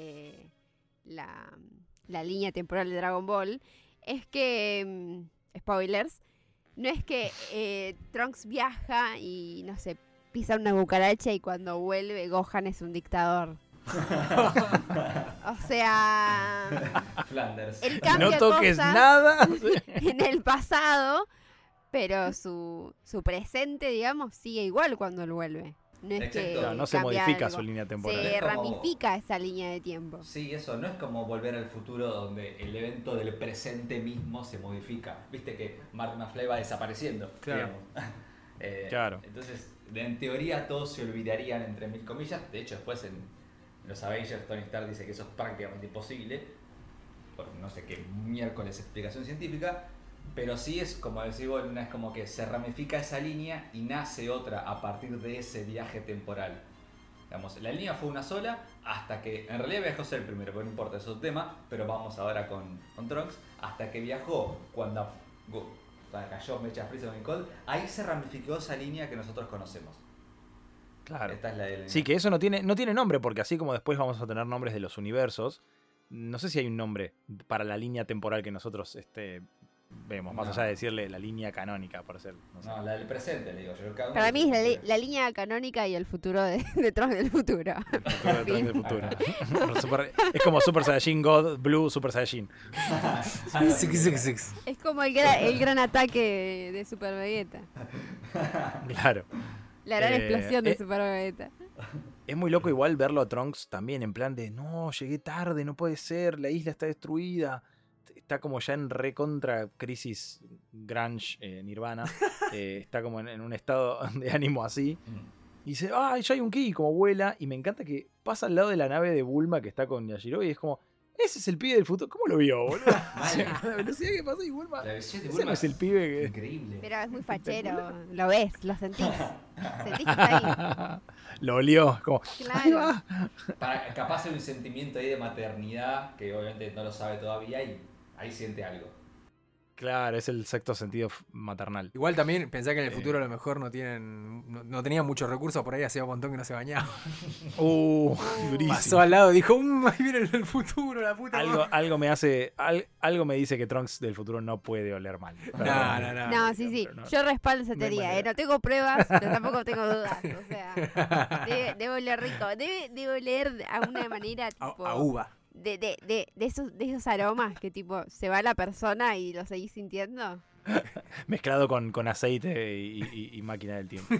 [SPEAKER 2] la línea temporal de Dragon Ball es que, spoilers, no es que Trunks viaja y, no sé, pisa una cucaracha y cuando vuelve Gohan es un dictador. O sea,
[SPEAKER 3] Flanders.
[SPEAKER 2] él cambia
[SPEAKER 1] No toques
[SPEAKER 2] cosas
[SPEAKER 1] nada.
[SPEAKER 2] en el pasado, pero su presente, digamos, sigue igual cuando él vuelve. No es
[SPEAKER 3] Exacto.
[SPEAKER 2] que
[SPEAKER 1] Claro, no se
[SPEAKER 2] cambia
[SPEAKER 1] modifica
[SPEAKER 2] algo.
[SPEAKER 1] su línea temporal.
[SPEAKER 2] Se
[SPEAKER 3] Es como-
[SPEAKER 2] ramifica esa línea de tiempo.
[SPEAKER 3] Sí, eso no es como volver al futuro donde el evento del presente mismo se modifica. Viste que Marty McFly va desapareciendo.
[SPEAKER 4] Claro.
[SPEAKER 3] digamos.
[SPEAKER 1] Claro.
[SPEAKER 3] Entonces, en teoría todos se olvidarían, entre mil comillas. De hecho, después en los Avengers Tony Stark dice que eso es prácticamente imposible, por no sé qué miércoles explicación científica. Pero sí es como decir, bueno, es como que se ramifica esa línea y nace otra a partir de ese viaje temporal. Digamos, la línea fue una sola hasta que, en realidad viajó ser el primero, pero no importa, eso es otro tema, pero vamos ahora con Trunks, hasta que viajó cuando cayó Mecha Freezer con Nicole, ahí se ramificó esa línea que nosotros conocemos.
[SPEAKER 1] Claro.
[SPEAKER 3] Esta es la de la
[SPEAKER 1] Sí, que eso no tiene nombre, porque así como después vamos a tener nombres de los universos, no sé si hay un nombre para la línea temporal que nosotros vemos, más
[SPEAKER 3] No.
[SPEAKER 1] allá de decirle la línea canónica, por ser. No sé.
[SPEAKER 3] No, la del presente, le digo yo. Cada uno
[SPEAKER 2] Para mí
[SPEAKER 3] dice-
[SPEAKER 2] es la línea canónica y el futuro de Trunks del futuro.
[SPEAKER 1] Futuro detrás del futuro. Es como Super Saiyajin God, Blue, Super Saiyajin.
[SPEAKER 2] Es como el gran ataque de Super Vegeta.
[SPEAKER 1] Claro.
[SPEAKER 2] La gran explosión de
[SPEAKER 1] eh,
[SPEAKER 2] Super Vegeta.
[SPEAKER 1] Es muy loco igual verlo a Trunks también en plan de no, llegué tarde, no puede ser, la isla está destruida. Está como ya en recontra crisis grunge, Nirvana. Está como en un estado de ánimo así. Y dice, ¡ay, ya hay un ki! Como vuela. Y me encanta que pasa al lado de la nave de Bulma que está con Yajirobe y es como, ese es el pibe del futuro. ¿Cómo lo vio, boludo? O sea, la velocidad que pasa y Bulma.
[SPEAKER 3] La visión de
[SPEAKER 1] Ese
[SPEAKER 3] Bulma
[SPEAKER 1] no es el pibe que...
[SPEAKER 3] increíble.
[SPEAKER 2] Pero es muy fachero. Lo ves, lo sentís. Sentís que está
[SPEAKER 1] Lo olió. Como,
[SPEAKER 2] ahí.
[SPEAKER 1] ¡ahí
[SPEAKER 2] Claro.
[SPEAKER 1] va!
[SPEAKER 3] Capaz hay un sentimiento ahí de maternidad que obviamente no lo sabe todavía y ahí siente algo.
[SPEAKER 1] Claro, es el sexto sentido maternal.
[SPEAKER 4] Igual también pensá que en el futuro a lo mejor no tenían muchos recursos, por ahí hacía un montón que no se bañaba.
[SPEAKER 1] Durísimo.
[SPEAKER 4] Pasó al lado y dijo, ahí viene el futuro, la puta madre".
[SPEAKER 1] Algo me dice que Trunks del futuro no puede oler mal.
[SPEAKER 4] No.
[SPEAKER 2] No, sí.
[SPEAKER 1] pero no.
[SPEAKER 2] Yo respaldo esa
[SPEAKER 1] No hay
[SPEAKER 2] teoría.
[SPEAKER 1] manera.
[SPEAKER 2] No tengo pruebas, pero tampoco tengo dudas. O sea, debe oler rico. Debe oler a una manera tipo.
[SPEAKER 4] A uva.
[SPEAKER 2] De esos aromas que tipo se va la persona y lo seguís sintiendo.
[SPEAKER 1] Mezclado con aceite y máquina del tiempo.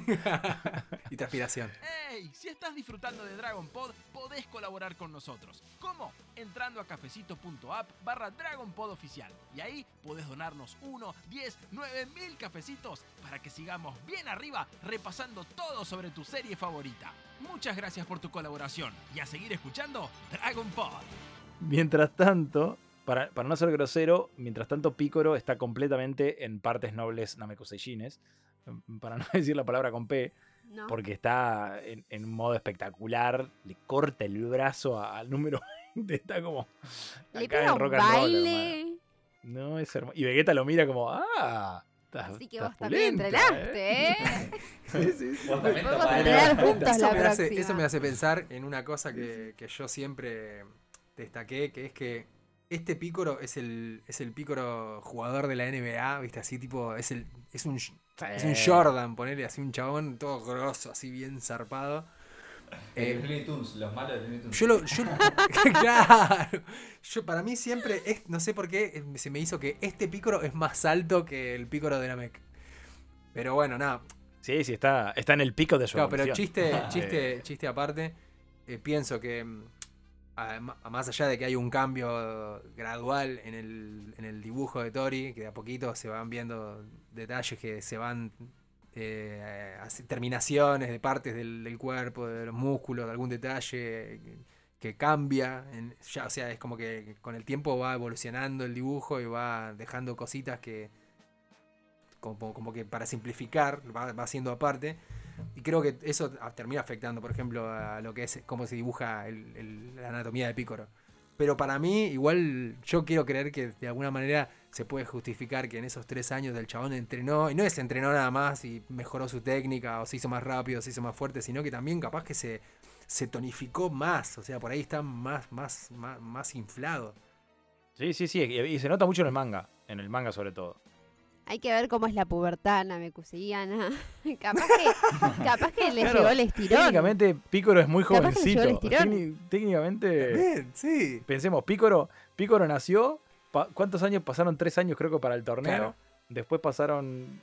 [SPEAKER 4] Y transpiración.
[SPEAKER 6] ¡Hey! Si estás disfrutando de Dragon Pod, podés colaborar con nosotros. ¿Cómo? Entrando a cafecito.app/DragonPod oficial. Y ahí podés donarnos 1, 10, 9.000 cafecitos para que sigamos bien arriba repasando todo sobre tu serie favorita. Muchas gracias por tu colaboración y a seguir escuchando Dragon Pod.
[SPEAKER 1] Mientras tanto, para no ser grosero, mientras tanto Picoro está completamente en partes nobles Namekuseishines, para no decir la palabra con P,
[SPEAKER 2] ¿No?
[SPEAKER 1] porque está en un modo espectacular, le corta el brazo al número 20, está como
[SPEAKER 2] Le
[SPEAKER 1] acá
[SPEAKER 2] pega
[SPEAKER 1] en
[SPEAKER 2] un
[SPEAKER 1] rock and roll,
[SPEAKER 2] baile.
[SPEAKER 1] hermano. No, es hermoso. Y Vegeta lo mira como,
[SPEAKER 2] Así que vos también entrenaste, ¿eh?
[SPEAKER 1] Sí.
[SPEAKER 3] Vos también
[SPEAKER 2] Podemos
[SPEAKER 3] tomás
[SPEAKER 2] entrenar
[SPEAKER 3] el-
[SPEAKER 2] juntos la próxima.
[SPEAKER 4] Eso me hace pensar en una cosa que yo siempre destaqué, que es que este Picoro es el Picoro jugador de la NBA, ¿viste? Así tipo, es un Jordan, ponerle así un chabón todo grosso, así bien zarpado.
[SPEAKER 3] Los Looney Tunes, los malos de Looney Tunes.
[SPEAKER 4] Claro. Para mí siempre, no sé por qué, se me hizo que este Picoro es más alto que el Picoro de Namek. Pero bueno, nada.
[SPEAKER 1] Sí, está en el pico de su
[SPEAKER 4] Claro, pero
[SPEAKER 1] evolución.
[SPEAKER 4] chiste aparte, pienso que más allá de que hay un cambio gradual en el dibujo de Tori, que de a poquito se van viendo detalles que se van terminaciones de partes del cuerpo, de los músculos, de algún detalle que cambia, o sea, es como que con el tiempo va evolucionando el dibujo y va dejando cositas que como que para simplificar va haciendo aparte. Y creo que eso termina afectando, por ejemplo, a lo que es cómo se dibuja la anatomía de Picoro. Pero para mí, igual, yo quiero creer que de alguna manera se puede justificar que en esos 3 años del chabón entrenó, y no es entrenó nada más y mejoró su técnica, o se hizo más rápido, se hizo más fuerte, sino que también capaz que se tonificó más, o sea, por ahí está más inflado.
[SPEAKER 1] Sí, y se nota mucho en el manga sobre todo.
[SPEAKER 2] Hay que ver cómo es la pubertad namekuseiana. capaz que le
[SPEAKER 1] Claro,
[SPEAKER 2] llegó el estirón.
[SPEAKER 1] Técnicamente Picoro es muy
[SPEAKER 2] Capaz que le llegó el
[SPEAKER 1] jovencito.
[SPEAKER 2] estirón.
[SPEAKER 1] Técnicamente,
[SPEAKER 4] Bien, sí.
[SPEAKER 1] pensemos, Picoro nació, ¿cuántos años pasaron? 3 años creo que para el torneo.
[SPEAKER 4] Claro.
[SPEAKER 1] Después pasaron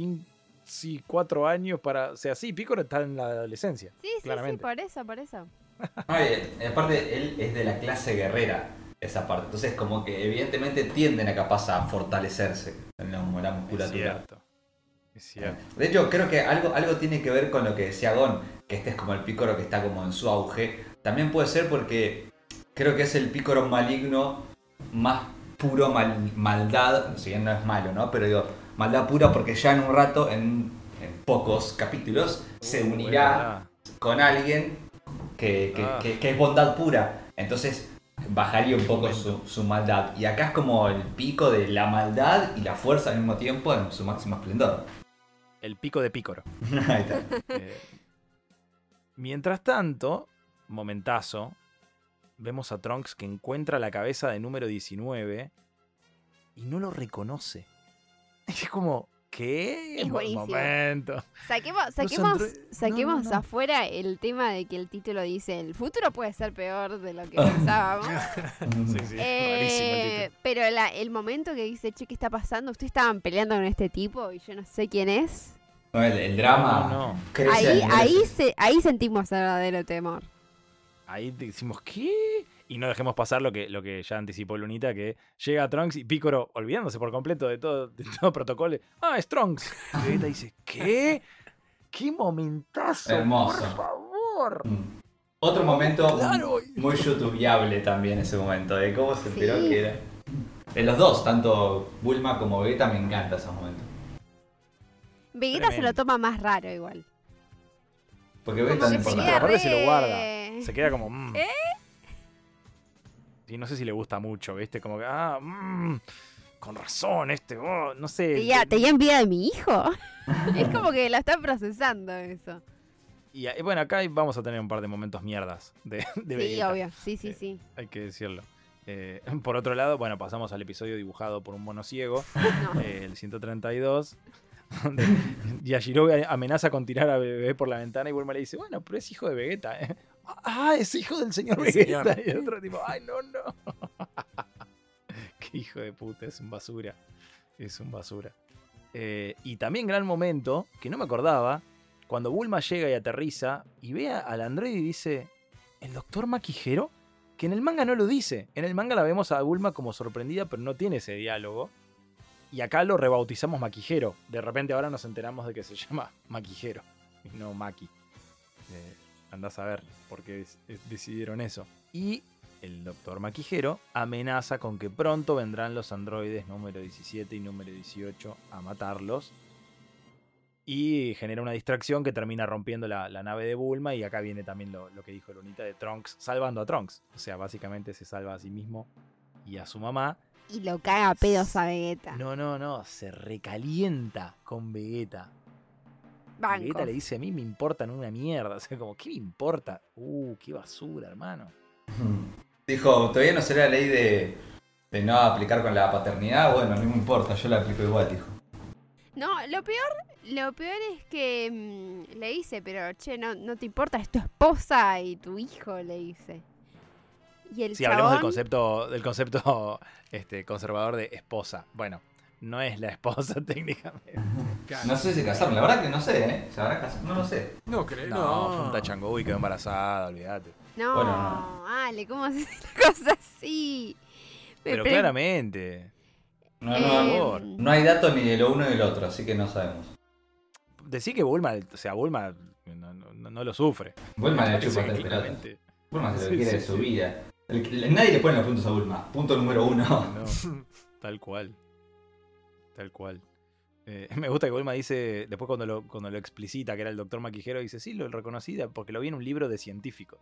[SPEAKER 1] 4 años para... O sea, sí, Picoro está en la adolescencia.
[SPEAKER 2] Sí,
[SPEAKER 1] claramente.
[SPEAKER 2] por eso.
[SPEAKER 3] Aparte, él es de la clase guerrera, esa parte. Entonces, como que evidentemente tienden a capaz a fortalecerse en la
[SPEAKER 1] Es
[SPEAKER 3] musculatura.
[SPEAKER 1] cierto. Es cierto.
[SPEAKER 3] De hecho, creo que algo tiene que ver con lo que decía Gon, que este es como el Picoro que está como en su auge. También puede ser porque creo que es el Picoro maligno más puro maldad, si bien no es malo, ¿no? Pero digo, maldad pura porque ya en un rato, en pocos capítulos, se unirá con alguien que es bondad pura. Entonces bajaría un poco su maldad. Y acá es como el pico de la maldad y la fuerza al mismo tiempo en su máximo esplendor.
[SPEAKER 1] El pico de Picoro.
[SPEAKER 3] Ahí está.
[SPEAKER 1] Mientras tanto, momentazo, vemos a Trunks que encuentra la cabeza de número 19 y no lo reconoce. Es como, ¿qué?
[SPEAKER 2] Es buenísimo.
[SPEAKER 1] Momento.
[SPEAKER 2] Saquemos
[SPEAKER 1] No.
[SPEAKER 2] afuera el tema de que el título dice el futuro puede ser peor de lo que pensábamos.
[SPEAKER 1] Sí, sí, rarísimo el título.
[SPEAKER 2] Pero el momento que dice, che, ¿qué está pasando? Ustedes estaban peleando con este tipo y yo no sé quién es.
[SPEAKER 3] No, el drama
[SPEAKER 1] No.
[SPEAKER 3] crece.
[SPEAKER 2] Ahí sentimos el verdadero temor.
[SPEAKER 1] Ahí decimos, ¿qué? Y no dejemos pasar lo que ya anticipó Lunita, que llega Trunks y Picoro, olvidándose por completo de todo protocolo. Ah, es Trunks. Y Vegeta dice, ¿qué? ¡Qué momentazo!
[SPEAKER 3] Hermoso.
[SPEAKER 1] ¡Por favor!
[SPEAKER 3] Otro momento
[SPEAKER 1] Claro.
[SPEAKER 3] muy youtubeable también ese momento, de cómo se enteró
[SPEAKER 2] Sí.
[SPEAKER 3] que era. De los dos, tanto Bulma como Vegeta, me encanta esos momentos.
[SPEAKER 2] Vegeta se lo
[SPEAKER 1] Tremendo.
[SPEAKER 2] toma más raro igual.
[SPEAKER 3] Porque Vegeta no
[SPEAKER 2] que
[SPEAKER 3] importa.
[SPEAKER 2] se
[SPEAKER 1] Pero aparte se lo
[SPEAKER 2] re-
[SPEAKER 1] guarda. Se queda como... Sí, no sé si le gusta mucho, ¿viste? Como que, con razón, no sé.
[SPEAKER 2] ¿Tenía envidia de mi hijo? Es como que la está procesando eso.
[SPEAKER 1] Y bueno, acá vamos a tener un par de momentos mierdas de
[SPEAKER 2] Sí,
[SPEAKER 1] Vegeta.
[SPEAKER 2] obvio. Sí.
[SPEAKER 1] Hay que decirlo. Por otro lado, bueno, pasamos al episodio dibujado por un mono ciego,
[SPEAKER 2] No.
[SPEAKER 1] el 132, donde Yajirobe amenaza con tirar a Bebé por la ventana y Bulma le dice, bueno, pero es hijo de Vegeta, ¿eh? Ah, es hijo del señor
[SPEAKER 4] El
[SPEAKER 1] Vegeta.
[SPEAKER 4] señor.
[SPEAKER 1] Y el otro tipo, ay, no. Qué hijo de puta, es un basura. Es un basura. Y también gran momento, que no me acordaba, cuando Bulma llega y aterriza y ve al androide y dice, ¿el doctor Maquijero? Que en el manga no lo dice. En el manga la vemos a Bulma como sorprendida, pero no tiene ese diálogo. Y acá lo rebautizamos Maquijero. De repente ahora nos enteramos de que se llama Maquijero y no Maki. Andás a ver por qué decidieron eso. Y el doctor Maquijero amenaza con que pronto vendrán los androides número 17 y número 18 a matarlos. Y genera una distracción que termina rompiendo la nave de Bulma. Y acá viene también lo que dijo Lunita de Trunks salvando a Trunks. O sea, básicamente se salva a sí mismo y a su mamá.
[SPEAKER 2] Y lo caga a pedos a Vegeta.
[SPEAKER 1] No, se recalienta con Vegeta. Y
[SPEAKER 2] Banco.
[SPEAKER 1] Vegeta le dice, a mí me importan una mierda. O sea, como, ¿qué me importa? Qué basura, hermano.
[SPEAKER 3] Dijo, todavía no será la ley de no aplicar con la paternidad. Bueno, no me importa, yo la aplico igual, dijo.
[SPEAKER 2] No, lo peor es que le dice, pero che, no te importa, es tu esposa y tu hijo, le dice. Y el
[SPEAKER 1] Sí,
[SPEAKER 2] chabón,
[SPEAKER 1] hablemos del concepto conservador de esposa. Bueno, no es la esposa técnicamente.
[SPEAKER 3] No sé si casarme, la verdad que no sé, ¿eh? ¿Se habrá casado? No lo sé.
[SPEAKER 4] No creo.
[SPEAKER 1] No, fue un tachango y quedó embarazada, olvídate.
[SPEAKER 2] No,
[SPEAKER 3] Bueno, no.
[SPEAKER 2] Ale, ¿cómo haces una cosa así?
[SPEAKER 1] Pero claramente.
[SPEAKER 3] No hay datos ni de lo uno ni del otro, así que no sabemos.
[SPEAKER 1] Decí que Bulma, Bulma no lo sufre.
[SPEAKER 3] Bulma le
[SPEAKER 1] Parece
[SPEAKER 3] chupa
[SPEAKER 1] que
[SPEAKER 3] tres pelotas.
[SPEAKER 1] claramente-
[SPEAKER 3] Bulma se lo
[SPEAKER 1] Sí,
[SPEAKER 3] quiere de
[SPEAKER 1] sí,
[SPEAKER 3] su
[SPEAKER 1] sí.
[SPEAKER 3] vida. Nadie le pone los puntos a Bulma. Punto número 1.
[SPEAKER 1] No, tal cual. Tal cual. Me gusta que Bulma dice, después cuando lo explicita que era el doctor Maquijero, dice, sí, lo reconocí porque lo vi en un libro de científicos.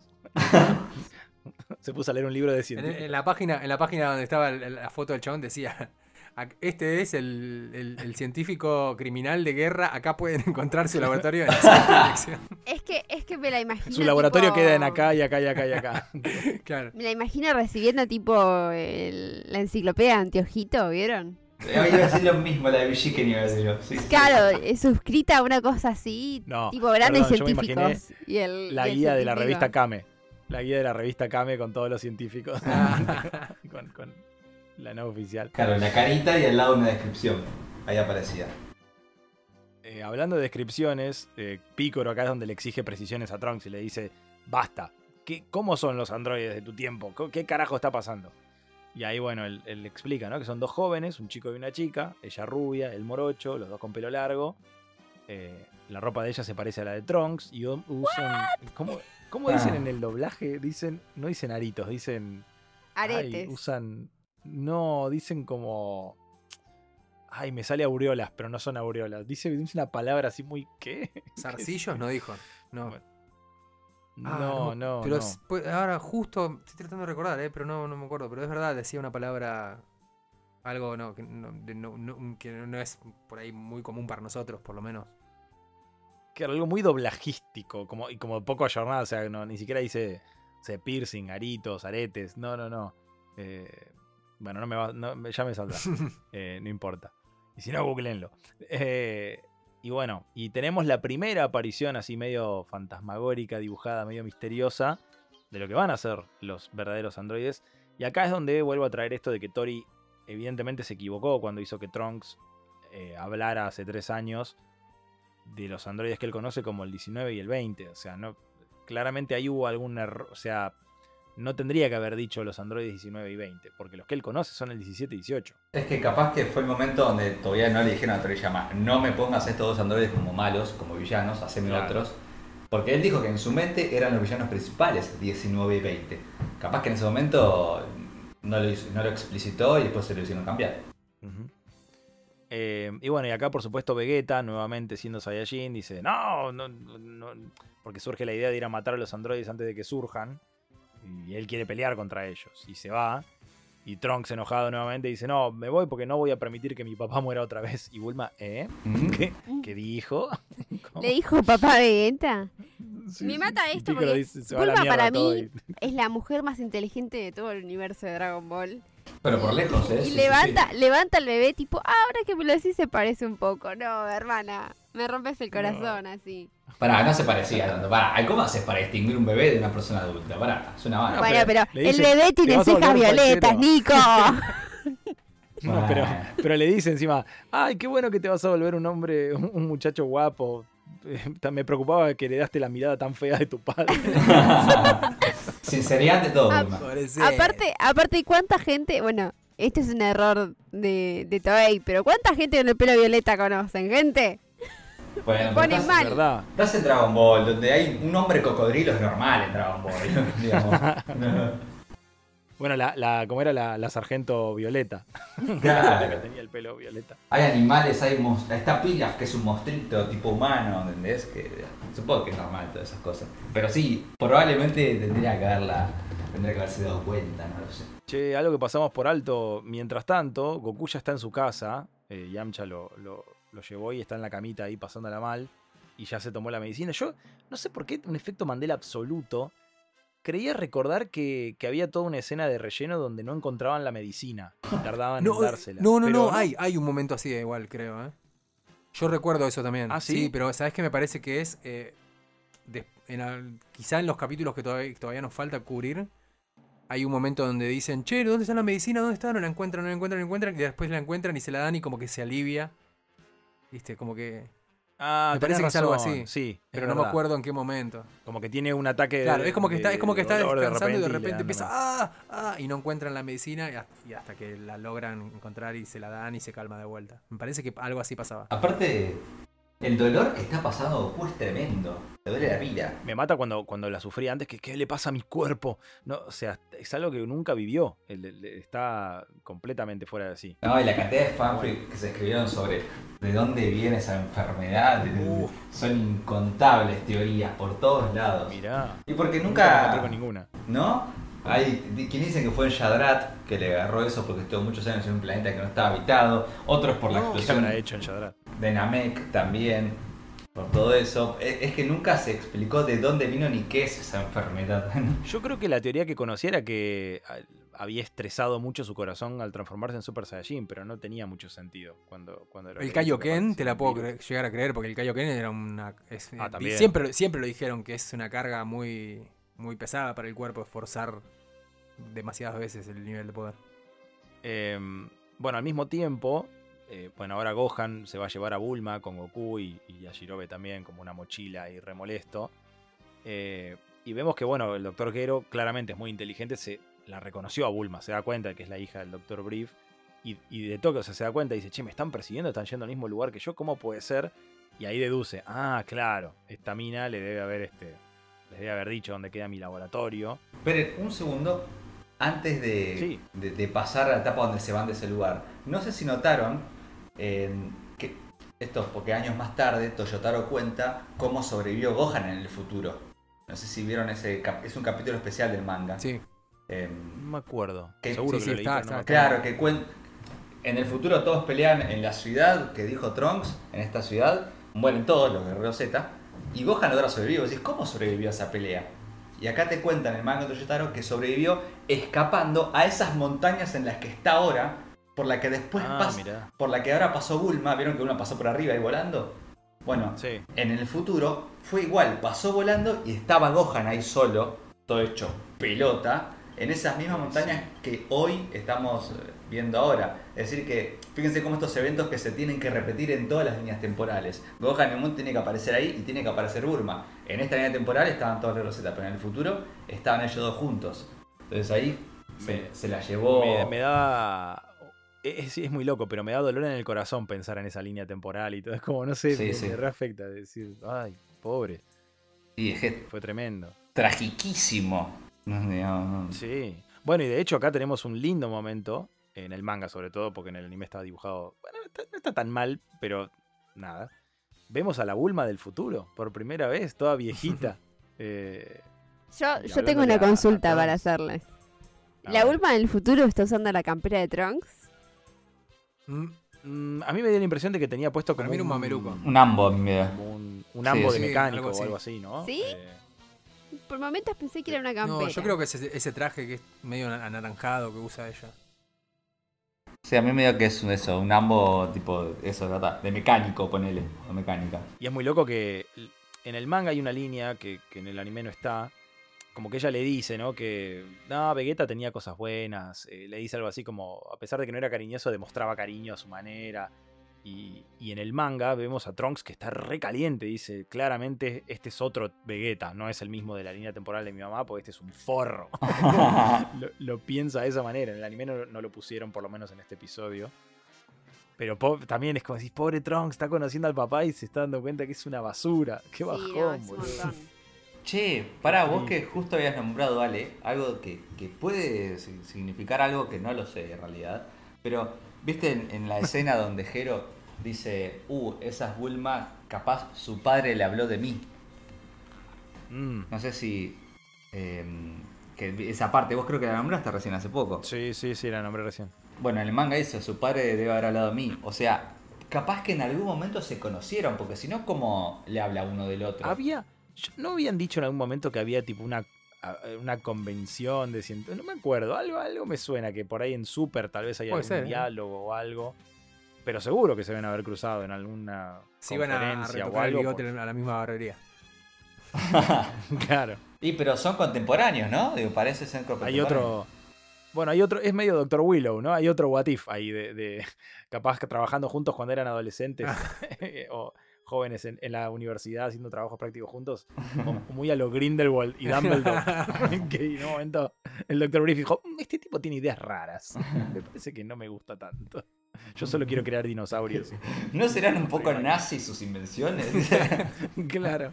[SPEAKER 1] Se puso a leer un libro de científicos.
[SPEAKER 4] En la página donde estaba la foto del chabón decía, este es el científico criminal de guerra, acá pueden encontrar su laboratorio en la siguiente dirección.
[SPEAKER 2] Es que me la imagino.
[SPEAKER 1] Su laboratorio
[SPEAKER 2] tipo-
[SPEAKER 1] queda en acá y acá y acá y acá.
[SPEAKER 4] Claro.
[SPEAKER 2] Me la imagino recibiendo tipo la enciclopedia de Anteojito, ¿vieron?
[SPEAKER 3] Iba a decir lo mismo, la de Villiquen iba a decir yo. Sí, sí.
[SPEAKER 2] Claro, es suscrita a una cosa así,
[SPEAKER 1] No,
[SPEAKER 2] tipo grandes
[SPEAKER 1] perdón, yo me
[SPEAKER 2] científicos. Y el,
[SPEAKER 1] La
[SPEAKER 2] y el
[SPEAKER 1] guía de la
[SPEAKER 2] científico.
[SPEAKER 1] revista Kame. La guía de la revista Kame con todos los científicos. con la no oficial.
[SPEAKER 3] Claro, la carita y al lado una descripción. Ahí aparecía.
[SPEAKER 1] Hablando de descripciones, Picoro acá es donde le exige precisiones a Trunks y le dice, basta, ¿cómo son los androides de tu tiempo? ¿Qué carajo está pasando? Y ahí, bueno, él explica, ¿no? Que son dos jóvenes, un chico y una chica, ella rubia, él morocho, los dos con pelo largo, la ropa de ella se parece a la de Trunks y usan... ¿Cómo dicen en el doblaje? No dicen aritos, dicen...
[SPEAKER 2] Aretes.
[SPEAKER 1] Dicen como... Ay, me sale aureolas, pero no son aureolas. Dice una palabra así muy... ¿Qué?
[SPEAKER 4] ¿Zarcillos? No dijo. No.
[SPEAKER 1] No.
[SPEAKER 4] Pero ahora justo estoy tratando de recordar, pero no me acuerdo. Pero es verdad, decía una palabra... Algo que no es por ahí muy común para nosotros, por lo menos.
[SPEAKER 1] Que era algo muy doblajístico, y como poco ayornado, o sea, ni siquiera dice piercing, aritos, aretes, no. Bueno, ya me saldrá, no importa. Y si no, googleenlo. Y bueno, y tenemos la primera aparición así medio fantasmagórica, dibujada, medio misteriosa, de lo que van a ser los verdaderos androides. Y acá es donde vuelvo a traer esto de que Tori evidentemente se equivocó cuando hizo que Trunks hablara hace 3 años de los androides que él conoce como el 19 y el 20. O sea, claramente ahí hubo algún error. O sea, no tendría que haber dicho los androides 19 y 20, porque los que él conoce son el 17 y 18.
[SPEAKER 3] Es que capaz que fue el momento donde todavía no le dijeron a Toriyama, no me pongas estos 2 androides como malos, como villanos, haceme otros. Porque él dijo que en su mente eran los villanos principales, 19 y 20. Capaz que en ese momento no lo explicitó y después se lo hicieron cambiar.
[SPEAKER 1] Uh-huh. Y bueno, y acá por supuesto Vegeta, nuevamente siendo Saiyajin, dice no, porque surge la idea de ir a matar a los androides antes de que surjan. Y él quiere pelear contra ellos. Y se va. Y Trunks, enojado nuevamente, dice no, me voy porque no voy a permitir que mi papá muera otra vez. Y Bulma, ¿Qué dijo? ¿Cómo?
[SPEAKER 2] ¿Le dijo papá Vegeta?
[SPEAKER 1] Sí,
[SPEAKER 2] Me mata
[SPEAKER 1] y
[SPEAKER 2] esto
[SPEAKER 1] Piccolo
[SPEAKER 2] porque
[SPEAKER 1] dice, se va a la
[SPEAKER 2] Bulma
[SPEAKER 1] mierda
[SPEAKER 2] para
[SPEAKER 1] todo
[SPEAKER 2] mí es la mujer más inteligente de todo el universo de Dragon Ball.
[SPEAKER 3] Pero por lejos,
[SPEAKER 2] Y levanta al bebé tipo, ahora que me lo decís se parece un poco. No, hermana, me rompes el corazón así.
[SPEAKER 3] Pará, no se parecía tanto. Pará, ¿cómo haces para distinguir un bebé de una persona adulta? Pará, es una vara.
[SPEAKER 2] Bueno, pero
[SPEAKER 1] le
[SPEAKER 2] el
[SPEAKER 1] dice,
[SPEAKER 2] bebé
[SPEAKER 1] "Te
[SPEAKER 2] tiene
[SPEAKER 1] vas a
[SPEAKER 2] cejas
[SPEAKER 1] volver
[SPEAKER 2] violetas,
[SPEAKER 1] fachero".
[SPEAKER 2] Nico.
[SPEAKER 1] No, pero le dice encima, ay, qué bueno que te vas a volver un hombre, un muchacho guapo. Me preocupaba que le daste la mirada tan fea de tu padre.
[SPEAKER 3] Sinceridad de todo, Bulma.
[SPEAKER 2] Aparte, ¿cuánta gente? Bueno, este es un error de Toei, pero ¿cuánta gente con el pelo violeta conocen? ¿Gente?
[SPEAKER 3] Bueno,
[SPEAKER 2] Pone
[SPEAKER 3] pero
[SPEAKER 2] mal.
[SPEAKER 1] ¿Verdad?
[SPEAKER 3] estás en Dragon Ball, donde hay un hombre cocodrilo es normal en Dragon Ball, digamos.
[SPEAKER 1] Bueno, como era la sargento Violeta.
[SPEAKER 3] Claro.
[SPEAKER 1] Que tenía el pelo violeta.
[SPEAKER 3] Hay animales, está Pilaf, que es un monstruito tipo humano, ¿entendés? Que supongo que es normal todas esas cosas. Pero sí, probablemente tendría que haberse dado cuenta, no lo sé.
[SPEAKER 1] Che, algo que pasamos por alto. Mientras tanto, Goku ya está en su casa. Yamcha lo llevó y está en la camita ahí pasándola mal. Y ya se tomó la medicina. Yo no sé por qué, un efecto Mandela absoluto. Creía recordar que había toda una escena de relleno donde no encontraban la medicina y tardaban en dársela.
[SPEAKER 4] No, hay un momento así igual, creo, ¿eh? Yo recuerdo eso también.
[SPEAKER 1] ¿Ah, sí?
[SPEAKER 4] Sí, pero ¿sabes qué me parece que es? Quizá en los capítulos que todavía nos falta cubrir, hay un momento donde dicen, che, ¿dónde está la medicina? ¿Dónde está? No la encuentran, y después la encuentran y se la dan y como que se alivia. ¿Viste? Como que... me parece que es algo así.
[SPEAKER 1] Sí,
[SPEAKER 4] pero no me acuerdo en qué momento.
[SPEAKER 1] Como que tiene un ataque
[SPEAKER 4] Claro, es como que está
[SPEAKER 1] dolor
[SPEAKER 4] descansando y de
[SPEAKER 1] le
[SPEAKER 4] repente
[SPEAKER 1] dan
[SPEAKER 4] empieza y no encuentran la medicina y hasta que la logran encontrar y se la dan y se calma de vuelta. Me parece que algo así pasaba.
[SPEAKER 3] Aparte, el dolor que está pasando Goku es tremendo. Le duele la vida.
[SPEAKER 1] Me mata cuando la sufrí antes, que ¿qué le pasa a mi cuerpo? No, o sea, es algo que nunca vivió. Está completamente fuera de sí.
[SPEAKER 3] No, y la cantidad de fanfics que se escribieron sobre de dónde viene esa enfermedad, son incontables teorías por todos lados.
[SPEAKER 1] Mirá.
[SPEAKER 3] Y porque
[SPEAKER 1] me
[SPEAKER 3] nunca...
[SPEAKER 1] encontré con ninguna.
[SPEAKER 3] ¿No? Hay quien dicen que fue en Shadrat que le agarró eso porque estuvo muchos años en un planeta que no estaba habitado. Otros por la
[SPEAKER 1] ¿Qué
[SPEAKER 3] explosión
[SPEAKER 1] habrá hecho en Shadrat?
[SPEAKER 3] de Namek también. Por todo eso. Es que nunca se explicó de dónde vino ni qué es esa enfermedad.
[SPEAKER 1] Yo creo que la teoría que conocía era que había estresado mucho su corazón al transformarse en Super Saiyajin, pero no tenía mucho sentido cuando
[SPEAKER 4] el Kaioken te la puedo llegar a creer, porque el Kaioken era una...
[SPEAKER 1] también.
[SPEAKER 4] Siempre lo dijeron que es una carga muy, muy pesada para el cuerpo esforzar demasiadas veces el nivel de poder.
[SPEAKER 1] Bueno, al mismo tiempo, ahora Gohan se va a llevar a Bulma con Goku y a Jirobe también como una mochila y remolesto. Y vemos que, bueno, el Dr. Gero claramente es muy inteligente, la reconoció a Bulma, se da cuenta de que es la hija del Dr. Brief y de toque, o sea, se da cuenta y dice, che, me están persiguiendo, están yendo al mismo lugar que yo, ¿cómo puede ser? Y ahí deduce, claro, esta mina le debe haber les debe haber dicho dónde queda mi laboratorio.
[SPEAKER 3] Esperen un segundo, antes
[SPEAKER 1] Sí.
[SPEAKER 3] de pasar a la etapa donde se van de ese lugar. No sé si notaron que esto, porque años más tarde Toyotaro cuenta cómo sobrevivió Gohan en el futuro. No sé si vieron es un capítulo especial del manga.
[SPEAKER 4] Sí.
[SPEAKER 1] No me acuerdo.
[SPEAKER 3] Que-
[SPEAKER 1] Seguro
[SPEAKER 4] sí,
[SPEAKER 1] que lo
[SPEAKER 4] sí,
[SPEAKER 1] leí,
[SPEAKER 4] está,
[SPEAKER 1] pero no me
[SPEAKER 4] está.
[SPEAKER 1] acuerdo.
[SPEAKER 3] Claro, en el futuro todos pelean en la ciudad que dijo Trunks, en esta ciudad, mueren todos los guerreros Z, y Gohan logra sobrevivir. Vos decís, ¿cómo sobrevivió a esa pelea? Y acá te cuentan en el manga de Toyotaro que sobrevivió escapando a esas montañas en las que está ahora, por la que después
[SPEAKER 1] Mirá.
[SPEAKER 3] por la que ahora pasó Bulma. ¿Vieron que Bulma pasó por arriba y volando? Bueno,
[SPEAKER 1] Sí.
[SPEAKER 3] en el futuro fue igual, pasó volando y estaba Gohan ahí solo, todo hecho pelota, en esas mismas montañas que hoy estamos viendo ahora. Es decir que, fíjense cómo estos eventos que se tienen que repetir en todas las líneas temporales. Gohan en un momento tiene que aparecer ahí y tiene que aparecer Bulma. En esta línea temporal estaban todos los Rosetta, pero en el futuro estaban ellos dos juntos. Entonces ahí se la llevó...
[SPEAKER 1] Me da... Es muy loco, pero me da dolor en el corazón pensar en esa línea temporal y todo. Es como, no sé,
[SPEAKER 3] Sí, sí.
[SPEAKER 1] me reafecta decir, ay, pobre,
[SPEAKER 3] Y es que
[SPEAKER 1] fue tremendo.
[SPEAKER 3] tragiquísimo. No.
[SPEAKER 1] Sí. Bueno, y de hecho acá tenemos un lindo momento, en el manga sobre todo, porque en el anime estaba dibujado, bueno, no está tan mal, pero nada. Vemos a la Bulma del futuro, por primera vez, toda viejita.
[SPEAKER 2] Yo
[SPEAKER 1] hablándole
[SPEAKER 2] tengo una
[SPEAKER 1] a
[SPEAKER 2] consulta
[SPEAKER 1] Trunks.
[SPEAKER 2] para hacerles.
[SPEAKER 1] A
[SPEAKER 2] ¿La
[SPEAKER 1] ver.
[SPEAKER 2] Bulma del futuro está usando la campera de Trunks?
[SPEAKER 1] A mí me dio la impresión de que tenía puesto como
[SPEAKER 4] Para mí era un mameluco.
[SPEAKER 3] Un ambo, mira.
[SPEAKER 1] como un
[SPEAKER 3] Sí,
[SPEAKER 1] ambo de
[SPEAKER 3] sí,
[SPEAKER 1] mecánico
[SPEAKER 4] algo así.
[SPEAKER 1] o algo así, ¿no?
[SPEAKER 2] ¿Sí? Por momentos pensé que era una campera.
[SPEAKER 4] No, yo creo que es ese traje que es medio anaranjado que usa ella.
[SPEAKER 3] Sí, a mí me dio que es eso, un ambo tipo, eso, de mecánico, ponele, o mecánica.
[SPEAKER 1] Y es muy loco que en el manga hay una línea que en el anime no está. Como que ella le dice, ¿no? Que no, Vegeta tenía cosas buenas. Le dice algo así como, a pesar de que no era cariñoso, demostraba cariño a su manera. Y en el manga vemos a Trunks que está re caliente. Dice, claramente este es otro Vegeta. No es el mismo de la línea temporal de mi mamá, porque este es un forro. lo piensa de esa manera. En el anime no lo pusieron, por lo menos en este episodio. Pero también es como decir, pobre Trunks, está conociendo al papá y se está dando cuenta que es una basura. Qué
[SPEAKER 2] Sí, no,
[SPEAKER 1] bajón,
[SPEAKER 2] es un
[SPEAKER 1] boludo.
[SPEAKER 2] montón.
[SPEAKER 3] Che, pará, vos que justo habías nombrado, Ale, algo que puede significar algo que no lo sé en realidad, pero viste en la escena donde Hero dice, esa es Bulma, capaz su padre le habló de mí. No sé si... que esa parte, vos creo que la nombraste recién hace poco.
[SPEAKER 1] Sí, la nombré recién.
[SPEAKER 3] Bueno, en el manga eso, su padre debe haber hablado de mí. O sea, capaz que en algún momento se conocieron, porque si no, ¿cómo le habla uno del otro?
[SPEAKER 1] ¿No habían dicho en algún momento que había tipo una convención de científicos? No me acuerdo, algo me suena que por ahí en Super tal vez haya
[SPEAKER 4] Puede
[SPEAKER 1] algún
[SPEAKER 4] ser, ¿eh?
[SPEAKER 1] diálogo o algo. Pero seguro que se deben haber cruzado en alguna
[SPEAKER 4] Si iban a
[SPEAKER 1] conferencia o
[SPEAKER 4] retocar el
[SPEAKER 1] algo.
[SPEAKER 4] bigote a la misma barbería.
[SPEAKER 1] Claro.
[SPEAKER 3] Y pero son contemporáneos, ¿no? Digo, parece ser
[SPEAKER 1] Hay
[SPEAKER 3] contemporáneos.
[SPEAKER 1] otro. Bueno, hay otro. Es medio Dr. Willow, ¿no? Hay otro What If ahí de capaz que trabajando juntos cuando eran adolescentes o jóvenes en la universidad haciendo trabajos prácticos juntos. O muy a lo Grindelwald y Dumbledore. Que en un momento el Dr. Brief dijo: este tipo tiene ideas raras. Me parece que no me gusta tanto. Yo solo quiero crear dinosaurios.
[SPEAKER 3] ¿No serán un poco nazis sus invenciones?
[SPEAKER 1] Claro.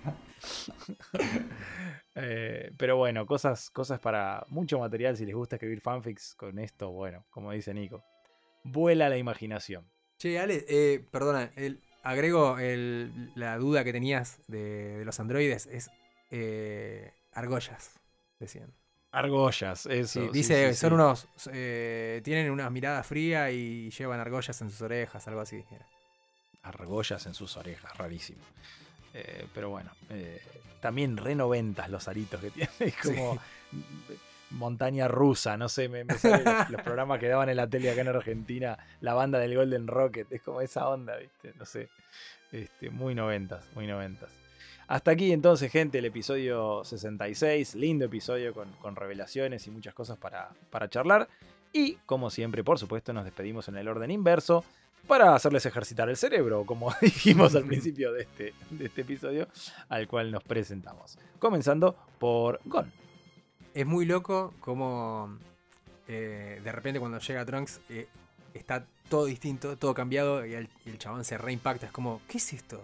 [SPEAKER 1] Pero bueno, cosas para mucho material si les gusta escribir fanfics con esto. Bueno, como dice Nico, vuela la imaginación.
[SPEAKER 4] Che, Ale, perdona, agrego la duda que tenías de los androides. Es argollas, decían.
[SPEAKER 1] Argollas, eso.
[SPEAKER 4] Sí, dice, son unos. Tienen una mirada fría y llevan argollas en sus orejas, algo así. Era.
[SPEAKER 1] Argollas en sus orejas, rarísimo. Pero bueno, también re 90 los aritos que tiene. Es como montaña rusa, no sé, me salen los programas que daban en la tele acá en Argentina, la banda del Golden Rocket, es como esa onda, ¿viste? No sé, muy 90s, muy 90s. Hasta aquí entonces, gente, el episodio 66, lindo episodio con revelaciones y muchas cosas para charlar. Y como siempre, por supuesto, nos despedimos en el orden inverso para hacerles ejercitar el cerebro, como dijimos al principio de este episodio, al cual nos presentamos. Comenzando por Gon.
[SPEAKER 4] Es muy loco como de repente cuando llega Trunks está todo distinto, todo cambiado y el chabón se reimpacta. Es como, ¿qué es esto?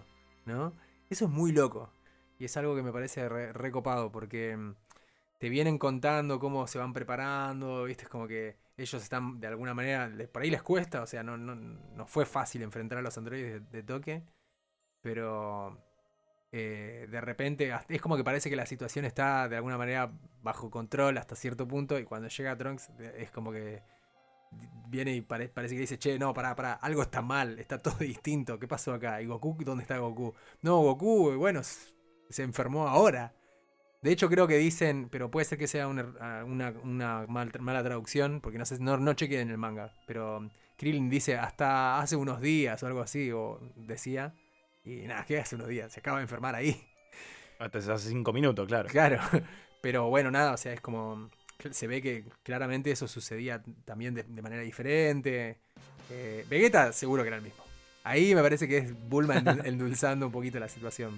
[SPEAKER 4] ¿no? Eso es muy loco. Y es algo que me parece recopado, porque te vienen contando cómo se van preparando, ¿viste? Es como que ellos están, de alguna manera, por ahí les cuesta, o sea, no fue fácil enfrentar a los androides de toque, pero de repente es como que parece que la situación está de alguna manera bajo control hasta cierto punto, y cuando llega Trunks es como que viene y parece que dice, che, no, pará, algo está mal, está todo distinto, ¿qué pasó acá? ¿Y Goku? ¿Dónde está Goku? No, Goku, bueno, se enfermó ahora. De hecho creo que dicen, pero puede ser que sea una mala traducción, porque no chequeé en el manga, pero Krillin dice hasta hace unos días o algo así, o decía, y nada, que hace unos días, se acaba de enfermar ahí.
[SPEAKER 1] Hasta hace 5 minutos, claro.
[SPEAKER 4] Claro, pero bueno, nada, o sea, es como, se ve que claramente eso sucedía también de manera diferente. Vegeta seguro que era el mismo. Ahí me parece que es Bulma endulzando un poquito la situación,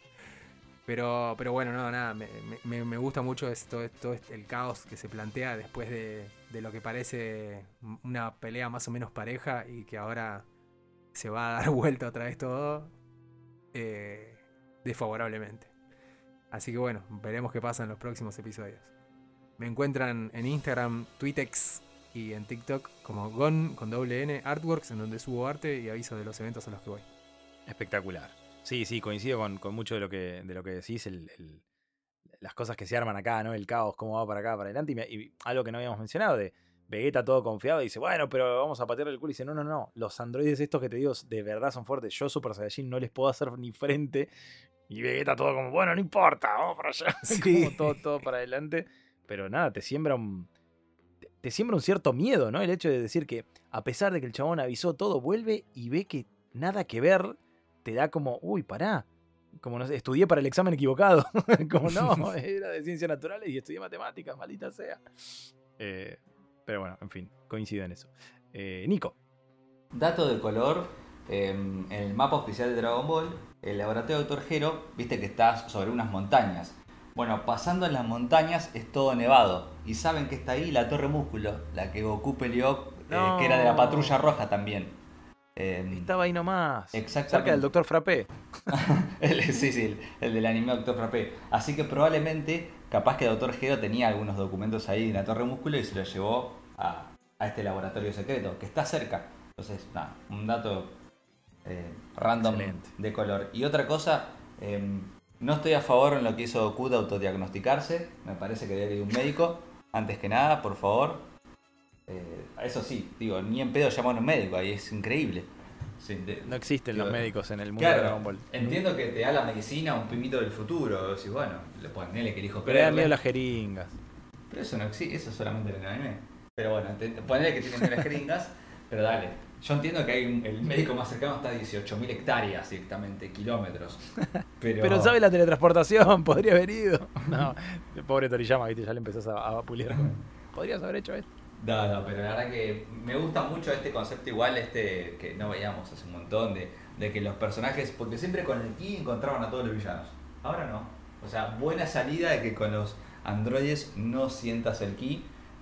[SPEAKER 4] pero bueno, no, nada, me gusta mucho todo el caos que se plantea después de lo que parece una pelea más o menos pareja y que ahora se va a dar vuelta otra vez todo desfavorablemente. Así que bueno, veremos qué pasa en los próximos episodios. Me encuentran en Instagram, Twitex y en TikTok como Gon con doble N Artworks, en donde subo arte y aviso de los eventos a los que voy.
[SPEAKER 1] Espectacular. Sí, coincido con mucho de lo que decís, las cosas que se arman acá, ¿no? El caos, cómo va para acá, para adelante. Y algo que no habíamos mencionado, de Vegeta todo confiado, y dice, bueno, pero vamos a patear el culo. Y dice, no, los androides estos que te digo de verdad son fuertes. Yo, Super Saiyajin, no les puedo hacer ni frente. Y Vegeta todo como, bueno, no importa, vamos para allá.
[SPEAKER 4] Sí.
[SPEAKER 1] Como todo para adelante. Pero nada, te siembra un cierto miedo, ¿no? El hecho de decir que, a pesar de que el chabón avisó todo, vuelve y ve que nada que ver. Te da como, uy, pará, como no sé, estudié para el examen equivocado. Como no, era de ciencias naturales y estudié matemáticas, maldita sea. Pero bueno, en fin, coincido en eso. Nico.
[SPEAKER 3] Dato de color, en el mapa oficial de Dragon Ball, el laboratorio de Dr. Gero, viste que está sobre unas montañas. Bueno, pasando en las montañas es todo nevado. Y saben que está ahí la Torre Músculo, la que Goku peleó,
[SPEAKER 1] No.
[SPEAKER 3] que era de la Patrulla Roja también.
[SPEAKER 1] Estaba ahí nomás.
[SPEAKER 3] Exactamente.
[SPEAKER 1] Cerca del Dr. Frappé.
[SPEAKER 3] Sí, el del anime Dr. Frappé. Así que probablemente, capaz que Dr. Gero tenía algunos documentos ahí en la Torre Músculo y se los llevó a este laboratorio secreto, que está cerca. Entonces, nada, un dato random. Excelente. De color. Y otra cosa, no estoy a favor en lo que hizo Goku de autodiagnosticarse. Me parece que debe ir un médico. Antes que nada, por favor. Eso sí, digo, ni en pedo llaman a un médico, ahí es increíble. Sí,
[SPEAKER 1] no existen los médicos en el mundo
[SPEAKER 3] claro,
[SPEAKER 1] de Dragon Ball.
[SPEAKER 3] Entiendo que te da la medicina un pimito del futuro. Decís, bueno, ponele que elijo
[SPEAKER 1] pero da miedo las jeringas.
[SPEAKER 3] Pero eso no existe, eso solamente en el anime. Pero bueno, ponele que tienen miedo las jeringas, pero dale. Yo entiendo que el médico más cercano está a 18.000 hectáreas directamente, kilómetros.
[SPEAKER 1] Pero sabe la teletransportación, podría haber ido. No, el pobre Toriyama, viste, ya le empezás a pulir. Podrías haber hecho esto.
[SPEAKER 3] No, pero la verdad que me gusta mucho este concepto igual, que no veíamos hace un montón, de que los personajes, porque siempre con el ki encontraban a todos los villanos. Ahora no. O sea, buena salida de que con los androides no sientas el ki.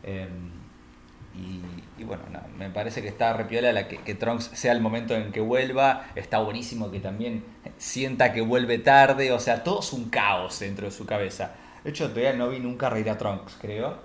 [SPEAKER 3] Y bueno, no, me parece que está repiola que Trunks sea el momento en que vuelva. Está buenísimo que también sienta que vuelve tarde. O sea, todo es un caos dentro de su cabeza. De hecho, todavía no vi nunca reír a Trunks, creo.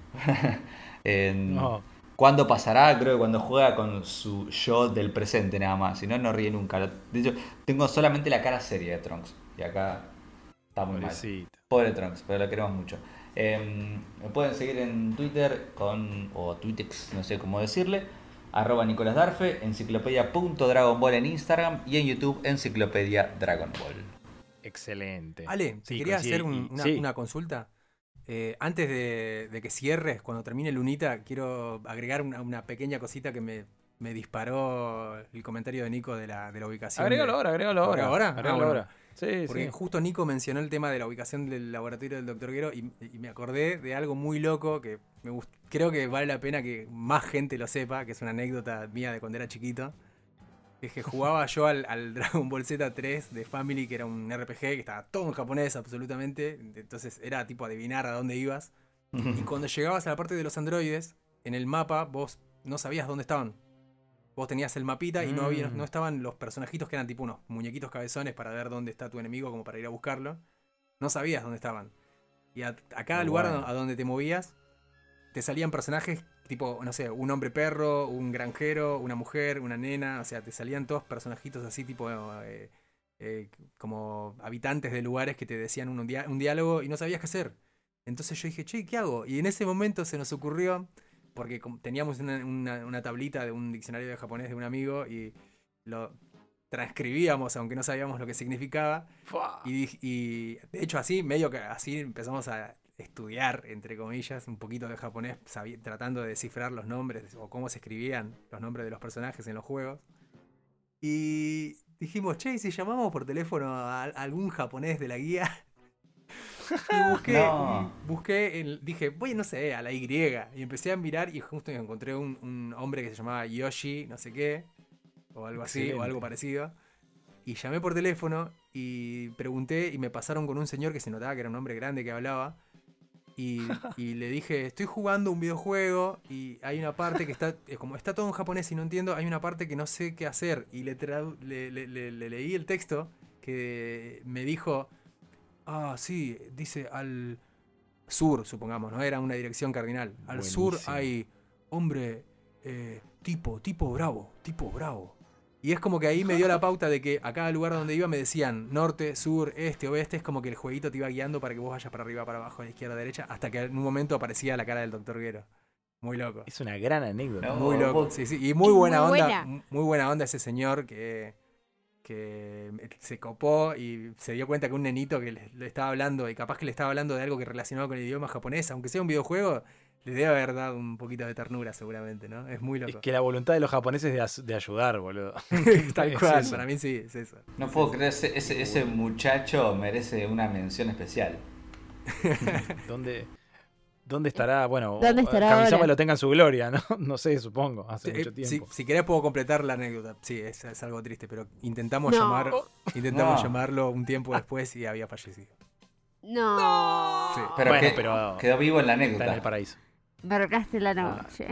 [SPEAKER 1] No.
[SPEAKER 3] ¿Cuándo pasará? Creo que cuando juega con su yo del presente nada más. Si no, no ríe nunca. De hecho, tengo solamente la cara seria de Trunks. Y acá está muy
[SPEAKER 1] Pobrecito.
[SPEAKER 3] mal. Pobre Trunks, pero lo queremos mucho. Me pueden seguir en Twitter o Twitex, no sé cómo decirle. @NicolasDarfe, enciclopedia.dragonball en Instagram y en YouTube Enciclopedia Dragon Ball.
[SPEAKER 4] Excelente. Ale, sí, quería hacer una consulta. Antes de que cierres, cuando termine Lunita, quiero agregar una pequeña cosita que me disparó el comentario de Nico de la ubicación.
[SPEAKER 1] Agrégalo ahora.
[SPEAKER 4] ¿Ahora?
[SPEAKER 1] Sí,
[SPEAKER 4] porque justo Nico mencionó el tema de la ubicación del laboratorio del Dr. Gero y me acordé de algo muy loco que creo que vale la pena que más gente lo sepa, que es una anécdota mía de cuando era chiquito. Es que jugaba yo al Dragon Ball Z 3 de Family, que era un RPG que estaba todo en japonés absolutamente. Entonces era tipo adivinar a dónde ibas. Y cuando llegabas a la parte de los androides, en el mapa vos no sabías dónde estaban. Vos tenías el mapita y no estaban los personajitos que eran tipo unos muñequitos cabezones para ver dónde está tu enemigo, como para ir a buscarlo. No sabías dónde estaban. Y a cada lugar a donde te movías, te salían personajes tipo, no sé, un hombre perro, un granjero, una mujer, una nena. O sea, te salían todos personajitos así tipo como habitantes de lugares que te decían un diálogo y no sabías qué hacer. Entonces yo dije, che, ¿qué hago? Y en ese momento se nos ocurrió, porque teníamos una tablita de un diccionario de japonés de un amigo y lo transcribíamos, aunque no sabíamos lo que significaba. Y de hecho así, medio que así empezamos a estudiar, entre comillas, un poquito de japonés, tratando de descifrar los nombres o cómo se escribían los nombres de los personajes en los juegos. Y dijimos, che, ¿y si llamamos por teléfono a algún japonés de la guía? Y busqué, dije, voy, no sé, a la Y. Y empecé a mirar y justo encontré un hombre que se llamaba Yoshi, no sé qué, o algo así, o algo parecido. Y llamé por teléfono y pregunté y me pasaron con un señor que se notaba que era un hombre grande que hablaba. Y le dije, estoy jugando un videojuego y hay una parte que está, como está todo en japonés y no entiendo, hay una parte que no sé qué hacer. Y le leí el texto que me dijo, sí, dice al sur, supongamos, ¿no? Era una dirección cardinal. Al sur hay hombre tipo bravo. Y es como que ahí me dio la pauta de que a cada lugar donde iba me decían norte, sur, este, oeste. Es como que el jueguito te iba guiando para que vos vayas para arriba, para abajo, a la izquierda, a la derecha, hasta que en un momento aparecía la cara del Dr. Gero. Muy loco.
[SPEAKER 1] Es una gran anécdota.
[SPEAKER 4] Muy loco, sí. Y muy buena onda. Muy buena onda ese señor que se copó y se dio cuenta que un nenito que le estaba hablando, y capaz que le estaba hablando de algo que relacionado con el idioma japonés, aunque sea un videojuego, le debe haber dado un poquito de ternura seguramente, ¿no? Es muy loco.
[SPEAKER 1] Es que la voluntad de los japoneses de ayudar, boludo.
[SPEAKER 4] Tal cual, para mí sí, es eso.
[SPEAKER 3] No puedo creer, ese muchacho merece una mención especial.
[SPEAKER 1] ¿Dónde estará? Bueno,
[SPEAKER 2] ¿Dónde estará
[SPEAKER 1] Kamisama
[SPEAKER 2] ahora?
[SPEAKER 1] lo tenga en su gloria, ¿no? No sé, supongo, hace mucho tiempo.
[SPEAKER 4] Si querés puedo completar la anécdota. Sí, es algo triste, pero intentamos
[SPEAKER 2] No.
[SPEAKER 4] llamarlo un tiempo después y había fallecido.
[SPEAKER 2] No.
[SPEAKER 4] Sí.
[SPEAKER 3] Pero,
[SPEAKER 1] Bueno,
[SPEAKER 3] pero quedó vivo en la
[SPEAKER 1] Está en
[SPEAKER 3] anécdota.
[SPEAKER 1] el paraíso.
[SPEAKER 2] Me arruinaste la noche.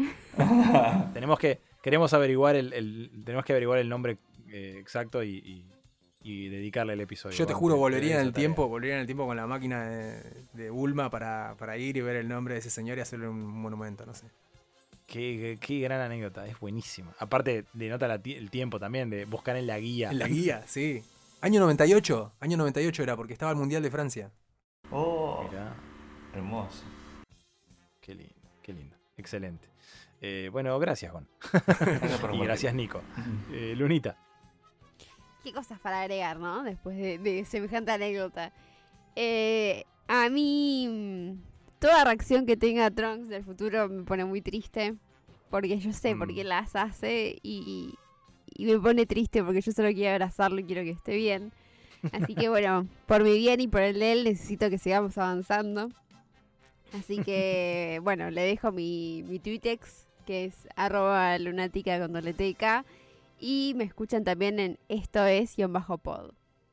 [SPEAKER 1] Queremos averiguar tenemos que averiguar el nombre exacto y dedicarle el episodio.
[SPEAKER 4] Yo te juro, volvería en el
[SPEAKER 1] esa tarea.
[SPEAKER 4] tiempo con la máquina de Bulma para ir y ver el nombre de ese señor y hacerle un monumento, no sé.
[SPEAKER 1] Qué gran anécdota, es buenísima. Aparte, denota el tiempo también, de buscar en la guía.
[SPEAKER 4] En la guía, sí. Año 98 era porque estaba el Mundial de Francia.
[SPEAKER 3] Oh,
[SPEAKER 1] Mirá,
[SPEAKER 3] hermoso.
[SPEAKER 1] qué lindo. Excelente. Bueno, gracias, Gon.
[SPEAKER 3] Gracias por
[SPEAKER 1] Y gracias, Nico. Lunita.
[SPEAKER 2] Qué cosas para agregar, ¿no? Después de semejante anécdota. A mí, toda reacción que tenga Trunks del futuro me pone muy triste. Porque yo sé por qué las hace y me pone triste porque yo solo quiero abrazarlo y quiero que esté bien. Así que bueno, por mi bien y por el de él necesito que sigamos avanzando. Así que bueno, le dejo mi Twitex, que es @lunatica con @TK. Y me escuchan también en esto es _pod.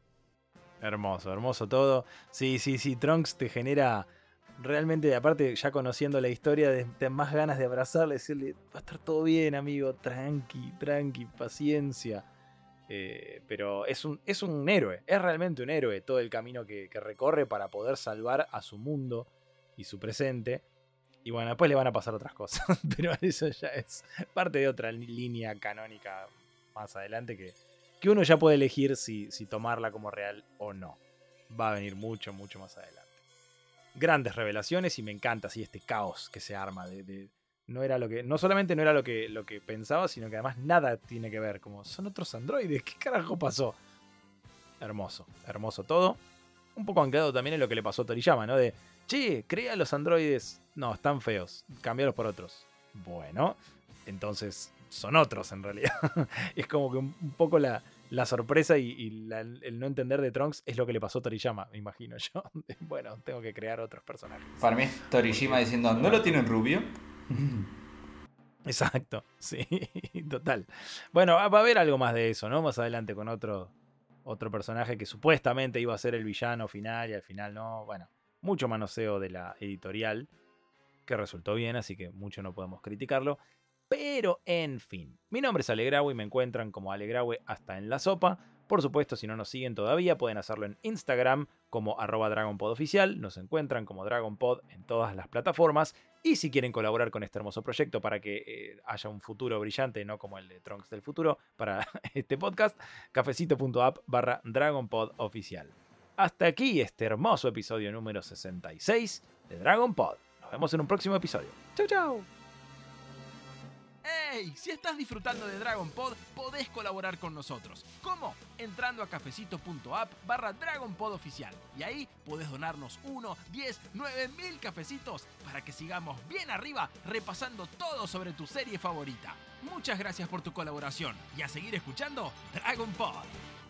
[SPEAKER 1] Hermoso todo. Sí, Trunks te genera realmente, aparte ya conociendo la historia, de más ganas de abrazarle, decirle, va a estar todo bien, amigo, tranqui, paciencia. Pero es un héroe, es realmente un héroe todo el camino que recorre para poder salvar a su mundo y su presente. Y bueno, después le van a pasar otras cosas, pero eso ya es parte de otra línea canónica más adelante que uno ya puede elegir si tomarla como real o no. Va a venir mucho más adelante. Grandes revelaciones y me encanta así este caos que se arma no solamente no era lo que pensaba, sino que además nada tiene que ver, como son otros androides, ¿qué carajo pasó? Hermoso todo. Un poco anclado también en lo que le pasó a Toriyama, ¿no? De, che, crea los androides, no, están feos, cambiaros por otros. Bueno, entonces son otros en realidad. Es como que un poco la sorpresa y el no entender de Trunks es lo que le pasó a Toriyama, me imagino yo. Bueno, tengo que crear otros personajes.
[SPEAKER 3] Para mí es Toriyama diciendo, ¿no lo tienen rubio?
[SPEAKER 1] Exacto, sí, total. Bueno, va a haber algo más de eso, ¿no? Más adelante con otro personaje que supuestamente iba a ser el villano final y al final no. Bueno, mucho manoseo de la editorial que resultó bien, así que mucho no podemos criticarlo. Pero en fin, mi nombre es Alegraue y me encuentran como Alegraue hasta en la sopa. Por supuesto, si no nos siguen todavía, pueden hacerlo en Instagram como @DragonPodOficial. Nos encuentran como DragonPod en todas las plataformas. Y si quieren colaborar con este hermoso proyecto para que haya un futuro brillante, no como el de Trunks del futuro, para este podcast, cafecito.app/DragonPodOficial. Hasta aquí este hermoso episodio número 66 de Dragon Pod. Nos vemos en un próximo episodio. Chau, chau.
[SPEAKER 6] ¡Hey! Si estás disfrutando de Dragon Pod, podés colaborar con nosotros. ¿Cómo? Entrando a cafecito.app/DragonPodOficial. Y ahí podés donarnos 1, 10, 9.000 cafecitos para que sigamos bien arriba repasando todo sobre tu serie favorita. Muchas gracias por tu colaboración y a seguir escuchando Dragon Pod.